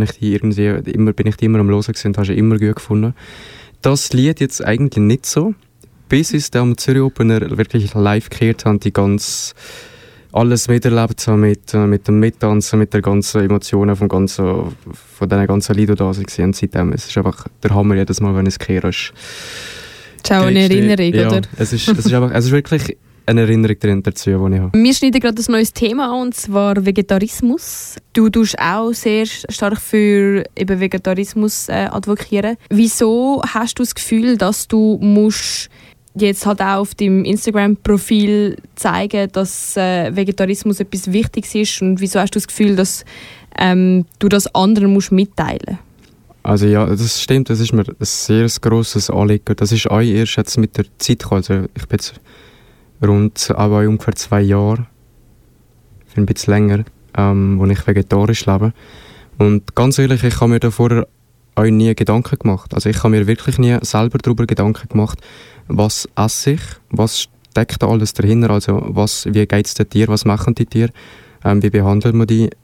bin ich die immer am Hören gewesen und habe sie immer gut gefunden. Das Lied jetzt eigentlich nicht so, bis es am Zürich Opener wirklich live gehört haben, die ganz alles miterlebt haben mit dem Mittanzen, mit der ganzen Emotionen von diesen ganzen Liedern da waren. Und seitdem, es ist einfach der Hammer jedes Mal, wenn es gehört ist. Schau, eine Erinnerung, ja, oder? Es ist wirklich eine Erinnerung dazu, die ich habe. Wir schneiden gerade ein neues Thema an, und zwar Vegetarismus. Du tust auch sehr stark für eben Vegetarismus advokieren. Wieso hast du das Gefühl, dass du musst jetzt halt auch auf deinem Instagram-Profil zeigen, dass Vegetarismus etwas Wichtiges ist, und wieso hast du das Gefühl, dass du das anderen musst mitteilen? Also ja, das stimmt, das ist mir ein sehr grosses Anliegen. Das ist auch erst jetzt mit der Zeit gekommen. Also ich bin jetzt ungefähr 2 Jahre, für ein bisschen länger, wo ich vegetarisch lebe. Und ganz ehrlich, ich habe mir da vorher auch nie Gedanken gemacht. Also ich habe mir wirklich nie selber darüber Gedanken gemacht, was esse ich, was steckt da alles dahinter, also wie geht es den Tieren, was machen die Tiere, wie behandelt man die.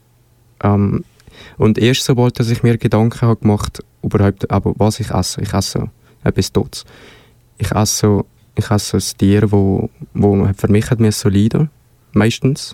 Und erst sobald ich mir Gedanken habe gemacht, überhaupt, aber was ich esse etwas Totes. Ich esse ein Tier, wo für mich hat so leiden, meistens,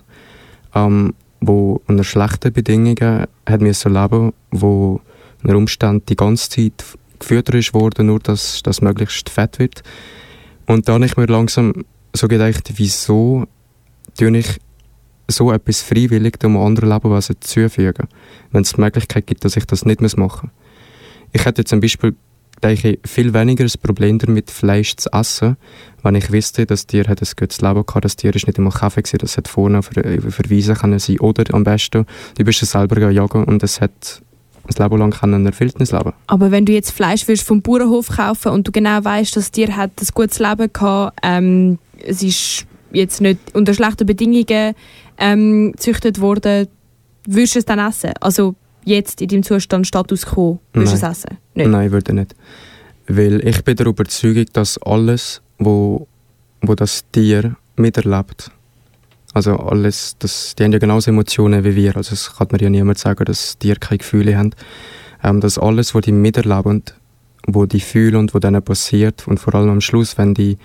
wo unter schlechten Bedingungen hat so leben, wo unter Umständen die ganze Zeit gefüttert ist worden, nur dass das möglichst fett wird. Und dann habe ich mir langsam so gedacht, wieso tue ich so etwas freiwillig um anderen Lebewesen zufügen, wenn es die Möglichkeit gibt, dass ich das nicht machen muss. Ich hätte zum Beispiel viel weniger ein Problem damit, Fleisch zu essen, wenn ich wüsste, das Tier hat ein gutes Leben gehabt, das Tier war nicht immer Kaffee gewesen, das hat vorne verweisen können sein. Oder am besten, du bist es selber jagen und es hat ein Leben lang ein erfülltes Leben. Aber wenn du jetzt Fleisch willst vom Bauernhof kaufen und du genau weißt, das Tier hat ein gutes Leben gehabt, es ist jetzt nicht unter schlechten Bedingungen gezüchtet worden, würdest du es dann essen? Also jetzt in deinem Zustand Status quo, würdest du es essen? Nicht? Nein, würde ich nicht. Weil ich bin der Überzeugung, dass alles, wo das Tier miterlebt, also alles, die haben ja genauso Emotionen wie wir. Also es kann mir ja niemand sagen, dass Tiere keine Gefühle haben. Dass alles, was die miterleben, wo die fühlen und was denen passiert, und vor allem am Schluss, wenn die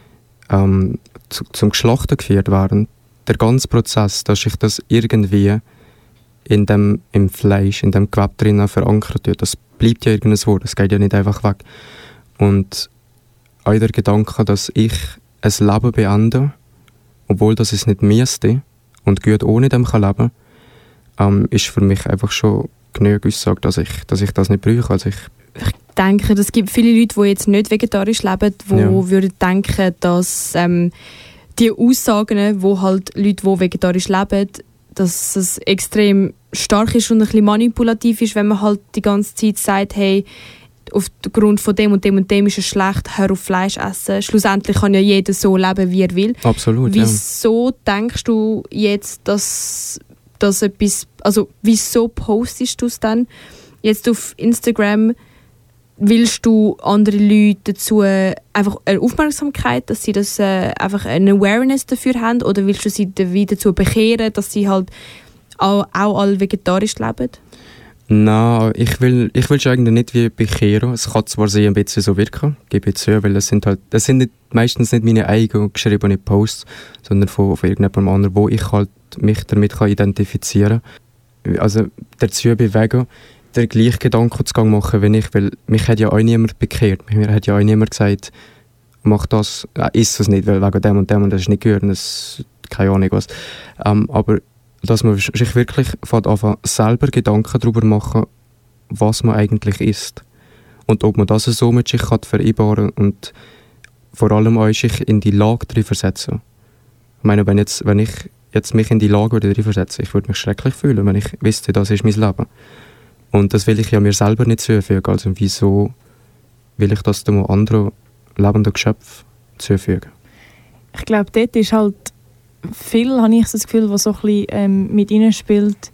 zum Geschlachten geführt werden, der ganze Prozess, dass sich das irgendwie im Fleisch, in dem Gewebe drinnen verankert wird, das bleibt ja irgendwo, das geht ja nicht einfach weg. Und auch der Gedanke, dass ich ein Leben beende, obwohl das es nicht müsste und gut ohne dem kann leben, ist für mich einfach schon genug Aussage, dass ich das nicht brauche. Also ich denke, es gibt viele Leute, die jetzt nicht vegetarisch leben, die würden denken, dass die Aussagen, wo halt Leute, die vegetarisch leben, dass es extrem stark ist und ein bisschen manipulativ ist, wenn man halt die ganze Zeit sagt, hey, aufgrund von dem und dem und dem ist es schlecht, hör auf Fleisch essen. Schlussendlich kann ja jeder so leben, wie er will. Absolut, wieso denkst du jetzt, dass das etwas, also wieso postest du es dann jetzt auf Instagram? Willst du andere Leute dazu einfach eine Aufmerksamkeit, dass sie das einfach eine Awareness dafür haben, oder willst du sie dazu bekehren, dass sie halt auch alle vegetarisch leben? Nein, ich will eigentlich nicht wie bekehren. Es kann zwar ein bisschen so wirken, gebe ich zu, weil das sind meistens nicht meine eigenen geschriebenen Posts, sondern von irgendjemandem anderen, wo ich halt mich damit identifizieren kann. Also dazu bewegen, den gleichen Gedankengang machen wie ich, weil mich hat ja auch niemand bekehrt. Mir hat ja auch niemand gesagt, mach das, isst es nicht, weil wegen dem und das ist nicht gut, das keine Ahnung was. Aber dass man sich wirklich anfangen, selber Gedanken darüber machen, was man eigentlich isst. Und ob man das so mit sich vereinbaren kann und vor allem auch sich in die Lage drin versetzen. Ich meine, wenn ich jetzt mich in die Lage drin versetze, ich würde mich schrecklich fühlen, wenn ich wüsste, das ist mein Leben. Und das will ich ja mir selber nicht zufügen. Also wieso will ich das dem anderen lebenden Geschöpf zufügen? Ich glaube, dort ist halt viel, habe ich so das Gefühl, was so ein bisschen mit reinspielt,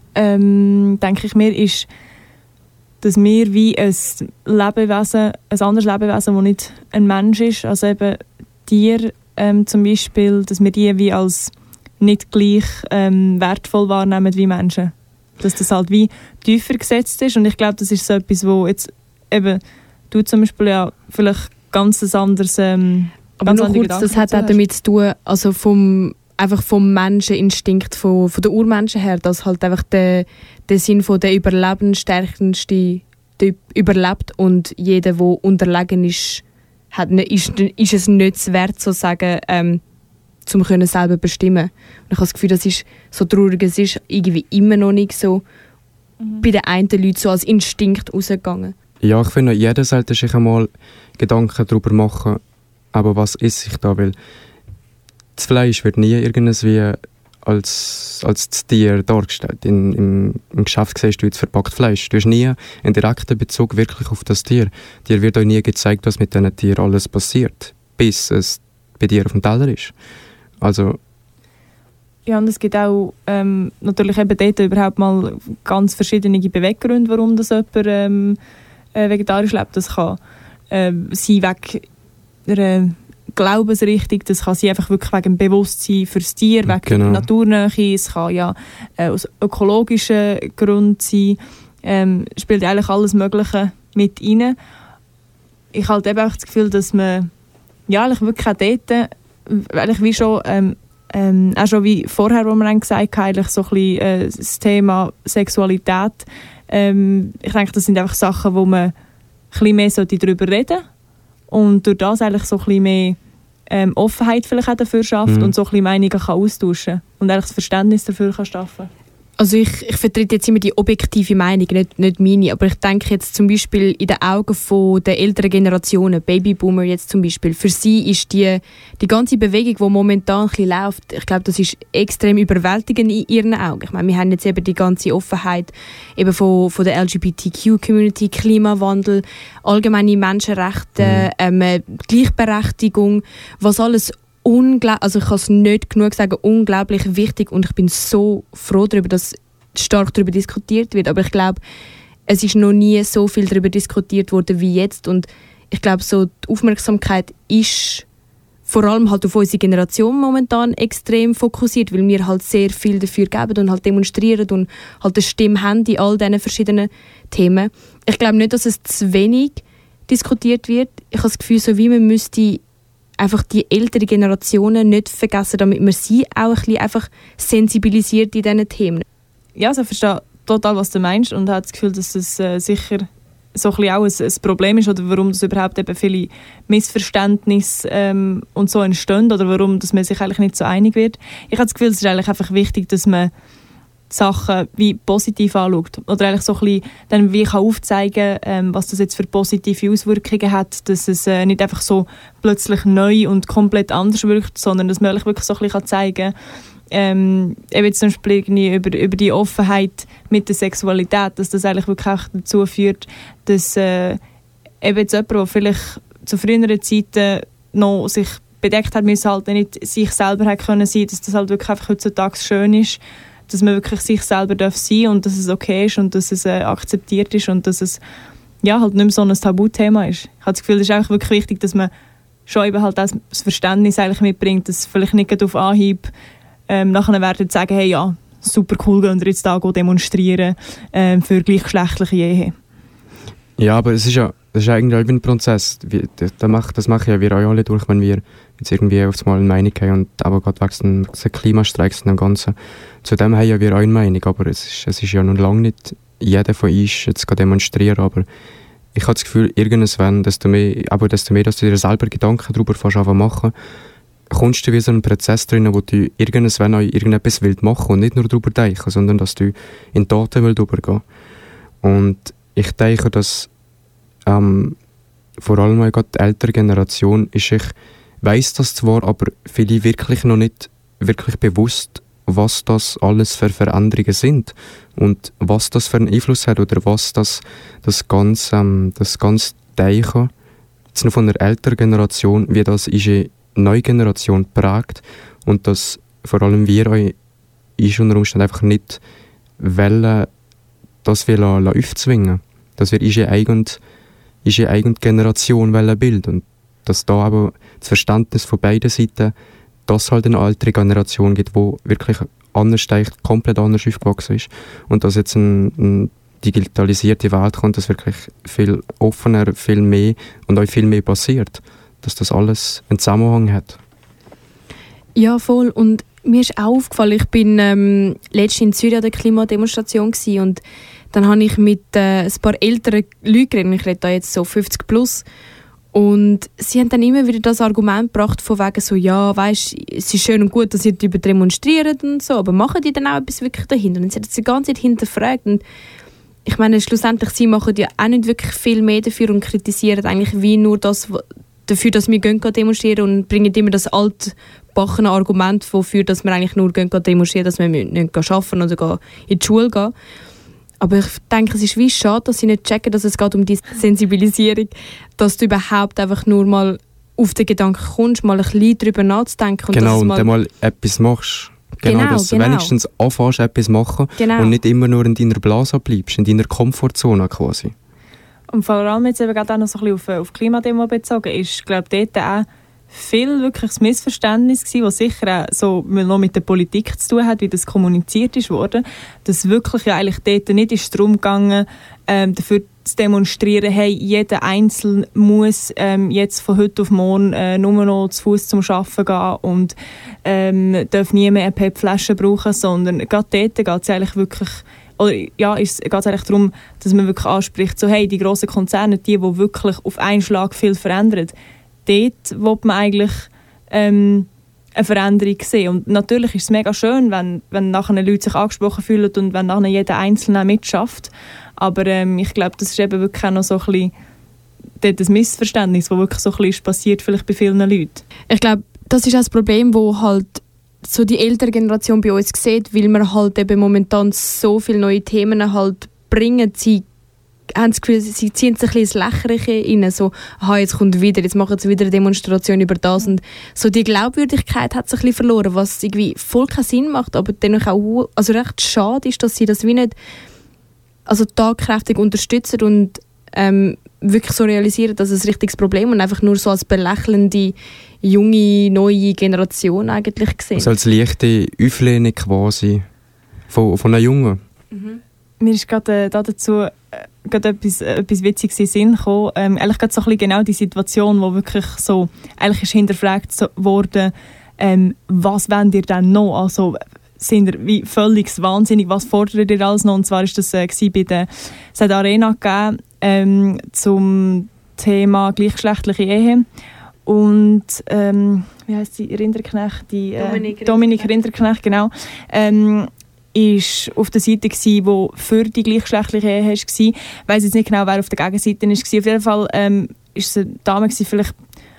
denke ich mir, ist, dass wir wie ein Lebewesen, ein anderes Lebewesen, das nicht ein Mensch ist, also eben Tiere zum Beispiel, dass wir die wie als nicht gleich wertvoll wahrnehmen wie Menschen. Dass das halt wie tiefer gesetzt ist und ich glaube, das ist so etwas, wo jetzt eben du zum Beispiel ja vielleicht ganz ein anderes aber noch kurz, das hat auch damit zu tun, also einfach vom Menscheninstinkt, von der Urmenschen her, dass halt einfach der Sinn von der Überlebensstärkendste überlebt und jeder, der unterlegen ist, ist es nicht wert, sozusagen, zum können selber bestimmen. Und ich habe das Gefühl, das ist so traurig, es ist irgendwie immer noch nicht so bei den einen Leuten so als Instinkt rausgegangen. Ja, ich finde, jeder sollte sich einmal Gedanken darüber machen, aber was esse ich da, weil das Fleisch wird nie irgendwie als das Tier dargestellt. Im Geschäft siehst du jetzt verpackt Fleisch. Du hast nie einen direkten Bezug wirklich auf das Tier. Dir wird auch nie gezeigt, was mit diesen Tieren alles passiert, bis es bei dir auf dem Teller ist. Also ja, und es gibt auch natürlich eben dort überhaupt mal ganz verschiedene Beweggründe, warum das jemand vegetarisch lebt. Das kann sein wegen der Glaubensrichtung, das kann sein einfach wirklich wegen dem Bewusstsein fürs Tier, wegen der Naturnähe, es kann ja aus ökologischen Gründen sein, spielt eigentlich alles Mögliche mit rein. Ich habe eben auch das Gefühl, dass man ja, eigentlich wirklich auch dort, eigentlich wie schon, auch schon wie vorher, wo wir dann gesagt haben, eigentlich so ein bisschen, das Thema Sexualität, ich denke, das sind einfach Sachen, wo man ein bisschen mehr darüber reden sollte und durch das eigentlich so ein bisschen mehr Offenheit vielleicht auch dafür schafft und so ein bisschen Meinungen kann austauschen und eigentlich das Verständnis dafür kann schaffen. Also ich vertrete jetzt immer die objektive Meinung, nicht meine, aber ich denke jetzt zum Beispiel in den Augen von der älteren Generationen, Babyboomer jetzt zum Beispiel, für sie ist die ganze Bewegung, die momentan ein bisschen läuft, ich glaube, das ist extrem überwältigend in ihren Augen. Ich meine, wir haben jetzt eben die ganze Offenheit eben von der LGBTQ-Community, Klimawandel, allgemeine Menschenrechte, Gleichberechtigung, was alles also ich kann es nicht genug sagen, unglaublich wichtig und ich bin so froh darüber, dass stark darüber diskutiert wird, aber ich glaube, es ist noch nie so viel darüber diskutiert worden wie jetzt und ich glaube, so die Aufmerksamkeit ist vor allem halt auf unsere Generation momentan extrem fokussiert, weil wir halt sehr viel dafür geben und halt demonstrieren und halt eine Stimme haben in all diesen verschiedenen Themen. Ich glaube nicht, dass es zu wenig diskutiert wird. Ich habe das Gefühl, so wie man müsste einfach die älteren Generationen nicht vergessen, damit man sie auch ein bisschen einfach sensibilisiert in diesen Themen. Ja, also ich verstehe total, was du meinst und habe das Gefühl, dass es sicher so ein bisschen auch ein Problem ist oder warum das überhaupt eben viele Missverständnisse und so entstehen oder warum dass man sich eigentlich nicht so einig wird. Ich habe das Gefühl, es ist eigentlich einfach wichtig, dass man Sachen wie positiv anschaut oder eigentlich so ein bisschen dann wie kann aufzeigen, was das jetzt für positive Auswirkungen hat, dass es nicht einfach so plötzlich neu und komplett anders wirkt, sondern dass man wirklich so ein bisschen zeigen kann, eben zum Beispiel über die Offenheit mit der Sexualität, dass das eigentlich wirklich auch dazu führt, dass eben jetzt jemand, der vielleicht zu früheren Zeiten noch sich bedeckt hat, müssen halt nicht sich selber hat können sein, dass das halt wirklich einfach heutzutage schön ist, dass man wirklich sich selber sein darf und dass es okay ist und dass es akzeptiert ist und dass es ja, halt nicht mehr so ein Tabuthema ist. Ich habe das Gefühl, es ist einfach wirklich wichtig, dass man schon eben halt das Verständnis eigentlich mitbringt, dass vielleicht nicht auf Anhieb nachher werden sagen, hey ja, super cool, gehen wir jetzt da demonstrieren für gleichgeschlechtliche Ehe. Ja, aber es ist eigentlich ein Prozess. Das machen ja wir auch alle durch, wenn wir jetzt irgendwie auf einmal eine Meinung haben und aber gerade wegen den Klimastreiks und dem Ganzen. Zudem haben ja wir auch eine Meinung, aber es ist ja noch lange nicht jeder von uns jetzt demonstrieren, aber ich habe das Gefühl, irgendwann, desto mehr, dass du dir selber Gedanken darüber machen, kommst du wie so einen Prozess drin, wo du irgendwann auch irgendetwas willst machen und nicht nur darüber denken, sondern dass du in Taten willst übergehen. Und ich denke, dass vor allem gerade die ältere Generation ist, ich weiss das zwar, aber viele wirklich noch nicht wirklich bewusst, was das alles für Veränderungen sind und was das für einen Einfluss hat oder was das ganze Denken jetzt noch von der älteren Generation, wie das ist neue Generation prägt und dass vor allem wir euch unter Umständen einfach nicht wollen, dass wir aufzwingen, dass wir unsere eigene Generation bilden und dass da aber das Verständnis von beiden Seiten, dass es halt eine ältere Generation gibt, die wirklich anders denkt, komplett anders aufgewachsen ist und dass jetzt eine digitalisierte Welt kommt, dass wirklich viel offener, viel mehr und auch viel mehr passiert, dass das alles einen Zusammenhang hat. Ja, voll. Und mir ist auch aufgefallen, ich bin letztens in Zürich an der Klimademonstration gewesen, und dann habe ich mit ein paar älteren Leuten geredet, ich rede da jetzt so 50 plus, und sie haben dann immer wieder das Argument gebracht, von wegen so, ja, weisst, es ist schön und gut, dass ihr darüber demonstriert und so, aber machen die dann auch etwas wirklich dahinter? Und sie hat das die ganze Zeit hinterfragt, und ich meine, schlussendlich, sie machen ja auch nicht wirklich viel mehr dafür und kritisieren eigentlich wie nur das dafür, dass wir demonstrieren, und bringen immer das altbachene Argument dafür, dass wir eigentlich nur demonstrieren, dass wir nicht arbeiten oder in die Schule gehen. Aber ich denke, es ist wie schade, dass sie nicht checken, dass es geht um die Sensibilisierung, dass du überhaupt einfach nur mal auf den Gedanken kommst, mal ein bisschen darüber nachzudenken. Und genau, und dann mal etwas machst. Genau, dass du wenigstens anfängst, etwas machen und nicht immer nur in deiner Blase bleibst, in deiner Komfortzone quasi. Und vor allem jetzt eben gerade auch noch so ein bisschen auf Klimademo bezogen ist, glaube ich, dort auch viel wirklich das Missverständnis gewesen, was sicher auch so noch mit der Politik zu tun hat, wie das kommuniziert ist worden, dass wirklich ja eigentlich dort nicht ist darum gegangen, dafür zu demonstrieren, hey, jeder Einzelne muss jetzt von heute auf morgen nur noch zu Fuß zum Arbeiten gehen und darf nie mehr eine PET-Flasche brauchen, sondern gerade dort geht es eigentlich wirklich, oder ja, es geht eigentlich darum, dass man wirklich anspricht, so hey, die grossen Konzerne, die wirklich auf einen Schlag viel verändern, dort will man eigentlich eine Veränderung sehen. Und natürlich ist es mega schön, wenn nachher Leute sich angesprochen fühlen und wenn nachher jeder Einzelne mitschafft. Aber ich glaube, das ist eben wirklich auch noch so ein bisschen das Missverständnis, das wirklich so ein bisschen passiert, vielleicht bei vielen Leuten. Ich glaube, das ist auch das Problem, wo halt so die ältere Generation bei uns sieht, weil wir halt eben momentan so viele neue Themen halt bringen. Sie haben das Gefühl, sie ziehen sich ein bisschen ins Lächerliche rein. So, aha, jetzt kommt wieder, jetzt machen sie wieder eine Demonstration über das. Und so die Glaubwürdigkeit hat sich ein bisschen verloren, was irgendwie voll keinen Sinn macht, aber dennoch auch recht schade ist, dass sie das wie nicht tatkräftig unterstützen und wirklich so realisieren, dass es ein richtiges Problem und einfach nur so als belächelnde junge, neue Generation eigentlich gesehen. Also als leichte Auflehnung quasi von einer Jungen. Mhm. Mir ist gerade dazu etwas Witziges in den Sinn gekommen. Eigentlich gerade so ein bisschen genau die Situation, wo wirklich so eigentlich ist hinterfragt worden, was wollt ihr denn noch? Also sind ihr wie völlig wahnsinnig, was fordert ihr alles noch? Und zwar ist das bei der es hat Arena gegeben, zum Thema gleichgeschlechtliche Ehe. Und wie heisst sie? Rinderknecht? Dominik Rinderknecht, genau. Ist auf der Seite gsi, wo für die gleichgeschlechtliche Ehe war. Ich weiss jetzt nicht genau, wer auf der Gegenseite war. Auf jeden Fall ist es eine Dame gsi, vielleicht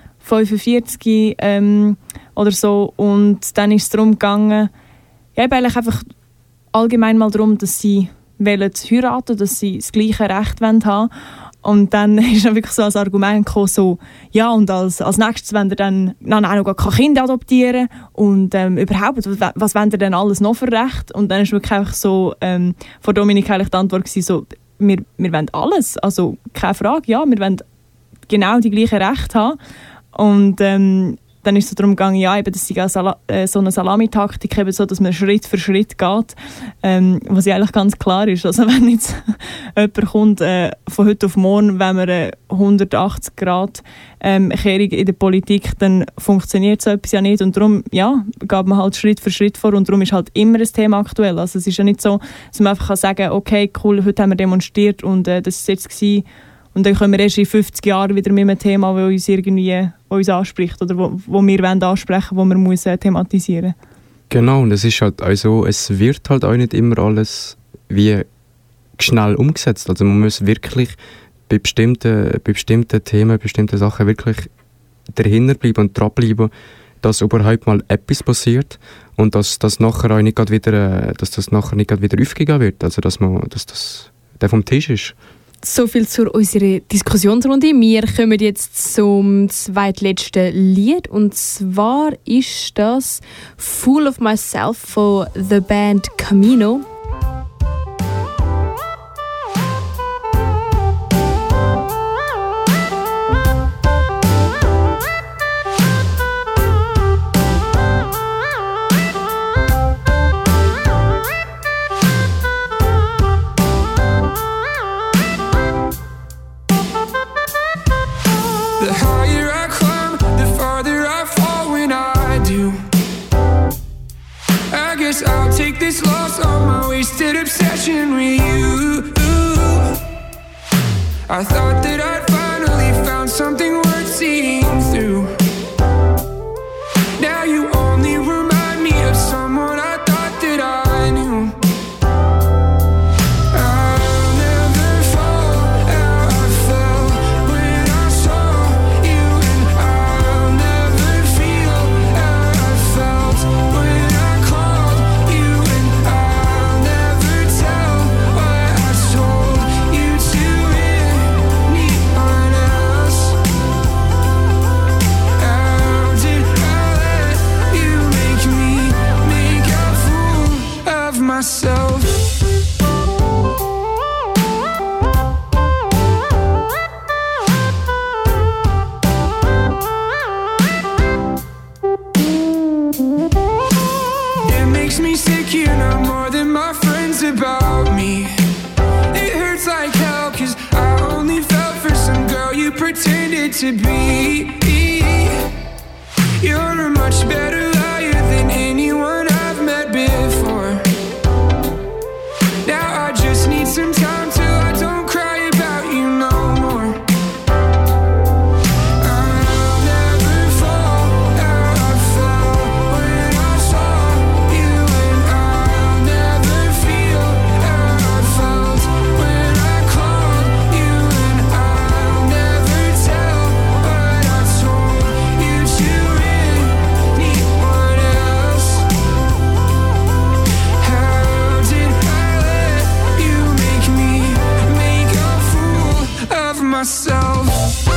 45 oder so. Und dann ist es darum gegangen, ja, eigentlich einfach allgemein mal darum, dass sie heiraten, dass sie das gleiche Recht haben wollen. Und dann ist dann wirklich so als Argument gekommen, so, ja, und als nächstes wollen wir dann auch noch kein Kind adoptieren und überhaupt, was wollen wir denn alles noch für Recht? Und dann ist wirklich einfach so, von Dominik eigentlich die Antwort gewesen, so, wir wollen alles, also keine Frage, ja, wir wollen genau die gleichen Rechte haben. Und dann ist es darum gegangen, ja, eben, dass so eine Salamitaktik, eben so, dass man Schritt für Schritt geht, was ja eigentlich ganz klar ist. Also wenn jetzt jemand kommt, von heute auf morgen, wenn wir eine 180 Grad Kehrung in der Politik, dann funktioniert so etwas ja nicht. Und darum, ja, geht man halt Schritt für Schritt vor und darum ist halt immer ein Thema aktuell. Also es ist ja nicht so, dass man einfach sagen kann, okay, cool, heute haben wir demonstriert und das ist jetzt gewesen. Und dann können wir erst in 50 Jahren wieder mit einem Thema, das uns anspricht oder wo wir ansprechen wollen, wo wir thematisieren müssen. Genau, und es ist halt auch so, es wird halt auch nicht immer alles wie schnell umgesetzt. Also man muss wirklich bei bestimmten Themen, bestimmten Sachen wirklich dahinter bleiben und dranbleiben, dass überhaupt mal etwas passiert und dass das nachher auch nicht wieder aufgegeben wird. Also dass das der vom Tisch ist. So viel zu unserer Diskussionsrunde. Wir kommen jetzt zum zweitletzten Lied. Und zwar ist das «Fool of Myself» von The Band Camino. I thought that I'd finally found something worth seeing through. Now you only remind me of someone I thought that I knew. I'll never fall how I felt when I saw you, and I'll never feel how I felt when I called you, and I'll never tell what I told you to anyone else. How did I let you make me make a fool of myself? It makes me sick, you know more than my friends about me. It hurts like hell, 'cause I only felt for some girl you pretended to be. You're a much better liar than anyone I've met before. Now I just need some time till I don't cry about you no more. I'll never fall how I felt when I saw you, and I'll never feel how I felt when I called you, and I'll never tell what I told you to anyone else. How did I let you make me make a fool of myself?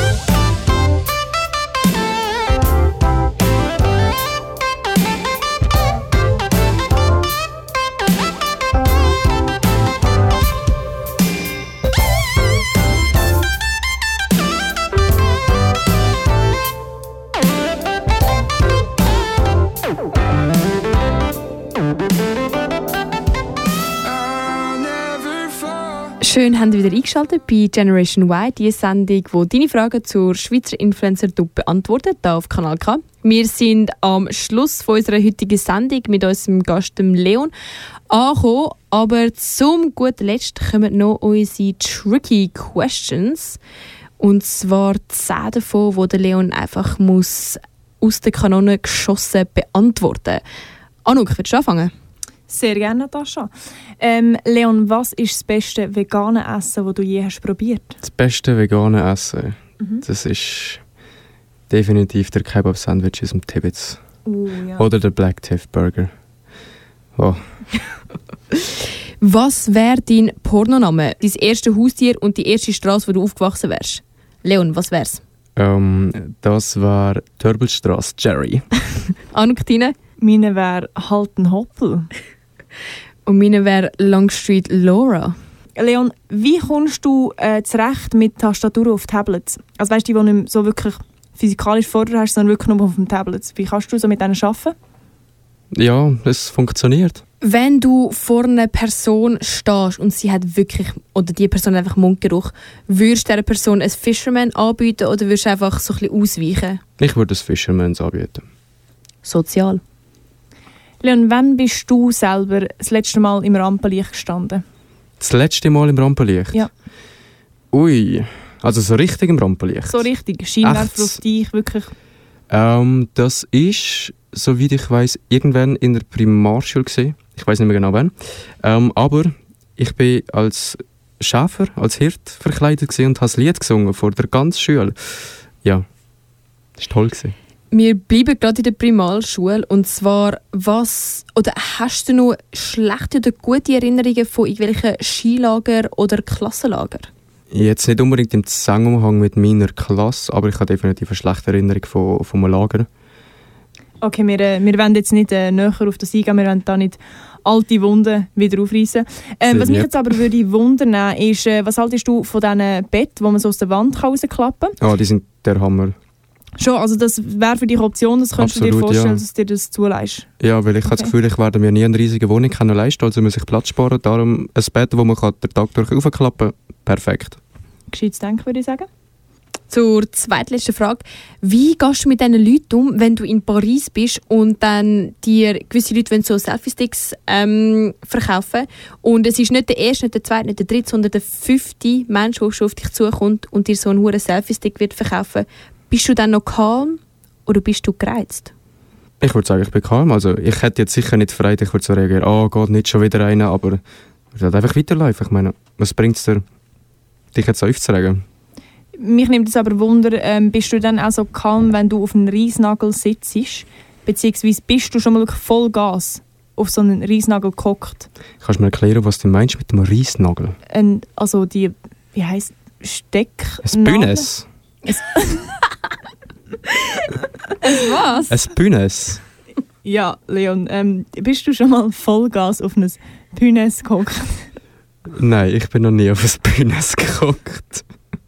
I'll never fall. Schön, haben Sie wieder eingeschaltet bei Generation Y, die Sendung, die deine Fragen zur Schweizer Influencer-Top beantwortet, hier auf Kanal K. Wir sind am Schluss von unserer heutigen Sendung mit unserem Gast dem Leon angekommen, aber zum guten Letzt kommen noch unsere Tricky Questions. Und zwar 10 davon, die der Leon einfach muss aus der Kanone geschossen beantworten. Anouk, willst du anfangen? Sehr gerne, Natascha. Leon, was ist das beste vegane Essen, das du je hast probiert? Das beste vegane Essen, das ist definitiv der Kebab-Sandwich aus dem Tibbets. Ja. Oder der Black Tiff Burger. Oh. Was wäre dein Pornoname, dein erste Haustier und die erste Straße, wo du aufgewachsen wärst? Leon, was wär's? Das war Törbelstrasse Jerry. Anouk, deine? Meine wäre Halten Hoppel. Und meine wäre Longstreet Laura. Leon, wie kommst du zurecht mit Tastatur auf Tablets? Also weißt du, die nicht mehr so wirklich physikalisch vor dir hast, sondern wirklich nur auf dem Tablet. Wie kannst du so mit denen arbeiten? Ja, es funktioniert. Wenn du vor einer Person stehst und sie hat wirklich, oder die Person hat einfach Mundgeruch, würdest du dieser Person ein Fisherman anbieten oder würdest du einfach so ein bisschen ausweichen? Ich würde das Fishermans anbieten. Sozial. Leon, wann bist du selber das letzte Mal im Rampenlicht gestanden? Das letzte Mal im Rampenlicht? Ja. Ui, also so richtig im Rampenlicht? So richtig, Scheinwerfer auf dich, wirklich? Das ist, soweit ich weiss, irgendwann in der Primarschule gewesen. Ich weiss nicht mehr genau wann. Aber ich bin als Schäfer, als Hirt verkleidet gewesen und habe ein Lied gesungen vor der ganzen Schule. Ja, das war toll gewesen. Wir bleiben gerade in der Primarschule und zwar, hast du noch schlechte oder gute Erinnerungen von irgendwelchen Skilager oder Klassenlager? Jetzt nicht unbedingt im Zusammenhang mit meiner Klasse, aber ich habe definitiv eine schlechte Erinnerung von einem Lager. Okay, wir wollen jetzt nicht näher auf das eingehen, wir wollen da nicht alte Wunden wieder aufreißen. Was mich jetzt aber würde wundern ist, was haltest du von diesen Betten, die man so aus der Wand rausklappen kann? Die sind der Hammer. Schon, also das wäre für dich eine Option, das könntest du dir Absolut, vorstellen, ja. dass du dir das zuleihst? Ja, weil ich habe das Gefühl, ich werde mir nie eine riesige Wohnung können leisten, also muss ich Platz sparen. Darum ein Bett, wo man den Tag durch aufklappen kann, perfekt. Gescheites Denken, würde ich sagen. Zur zweitletzten Frage. Wie gehst du mit diesen Leuten um, wenn du in Paris bist und dann dir gewisse Leute wollen so Selfie-Sticks verkaufen und es ist nicht der erste, nicht der zweite, nicht der dritte, sondern der 5. Mensch, der schon auf dich zukommt und dir so einen hohen Selfie-Stick wird verkaufen. Bist du dann noch calm oder bist du gereizt? Ich würde sagen, ich bin calm. Also ich hätte jetzt sicher nicht Freude, ich würde so reagieren, Gott, nicht schon wieder einer, aber ich würde einfach weiterlaufen. Ich meine, was bringt es dir, dich jetzt aufzuregen? Mich nimmt es aber Wunder, bist du dann auch so calm, wenn du auf einem Reisnagel sitzt? Beziehungsweise bist du schon mal wirklich voll Gas auf so einen Reisnagel gehockt? Kannst du mir erklären, was du meinst mit dem Reisnagel? Also die, wie heisst Ein Bühnes. Was? Ein Bühnes. Ja, Leon, bist du schon mal Vollgas auf ein Bühnes gehockt? Nein, ich bin noch nie auf ein Bühnes gehockt.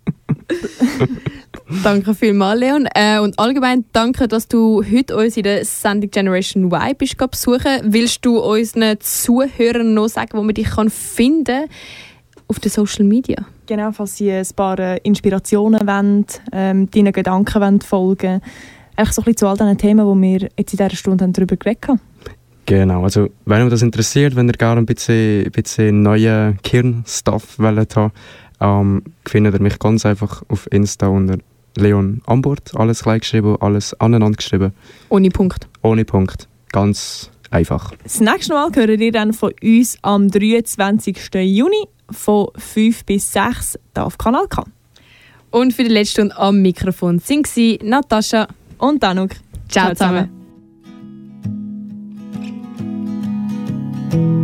Danke vielmals, Leon. Und allgemein danke, dass du heute uns in der Sendung Generation Y bist besuchen. Willst du unseren Zuhörern noch sagen, wo man dich finden kann auf den Social Media? Genau, falls sie ein paar Inspirationen wollen, deinen Gedanken wollen folgen. Einfach so ein bisschen zu all diesen Themen, die wir jetzt in dieser Stunde darüber geredet haben. Genau, also wenn euch das interessiert, wenn ihr gerne ein bisschen neuen Kirn-Stuff wollt haben, findet ihr mich ganz einfach auf Insta unter Leon Ambort. Alles klein geschrieben, alles aneinander geschrieben. Ohne Punkt. Ohne Punkt. Ganz einfach. Das nächste Mal hören ihr dann von uns am 23. Juni von 5 bis 6 hier auf Kanal K. Und für die letzte Stunde am Mikrofon sind sie Natascha und Danuk. Ciao zusammen.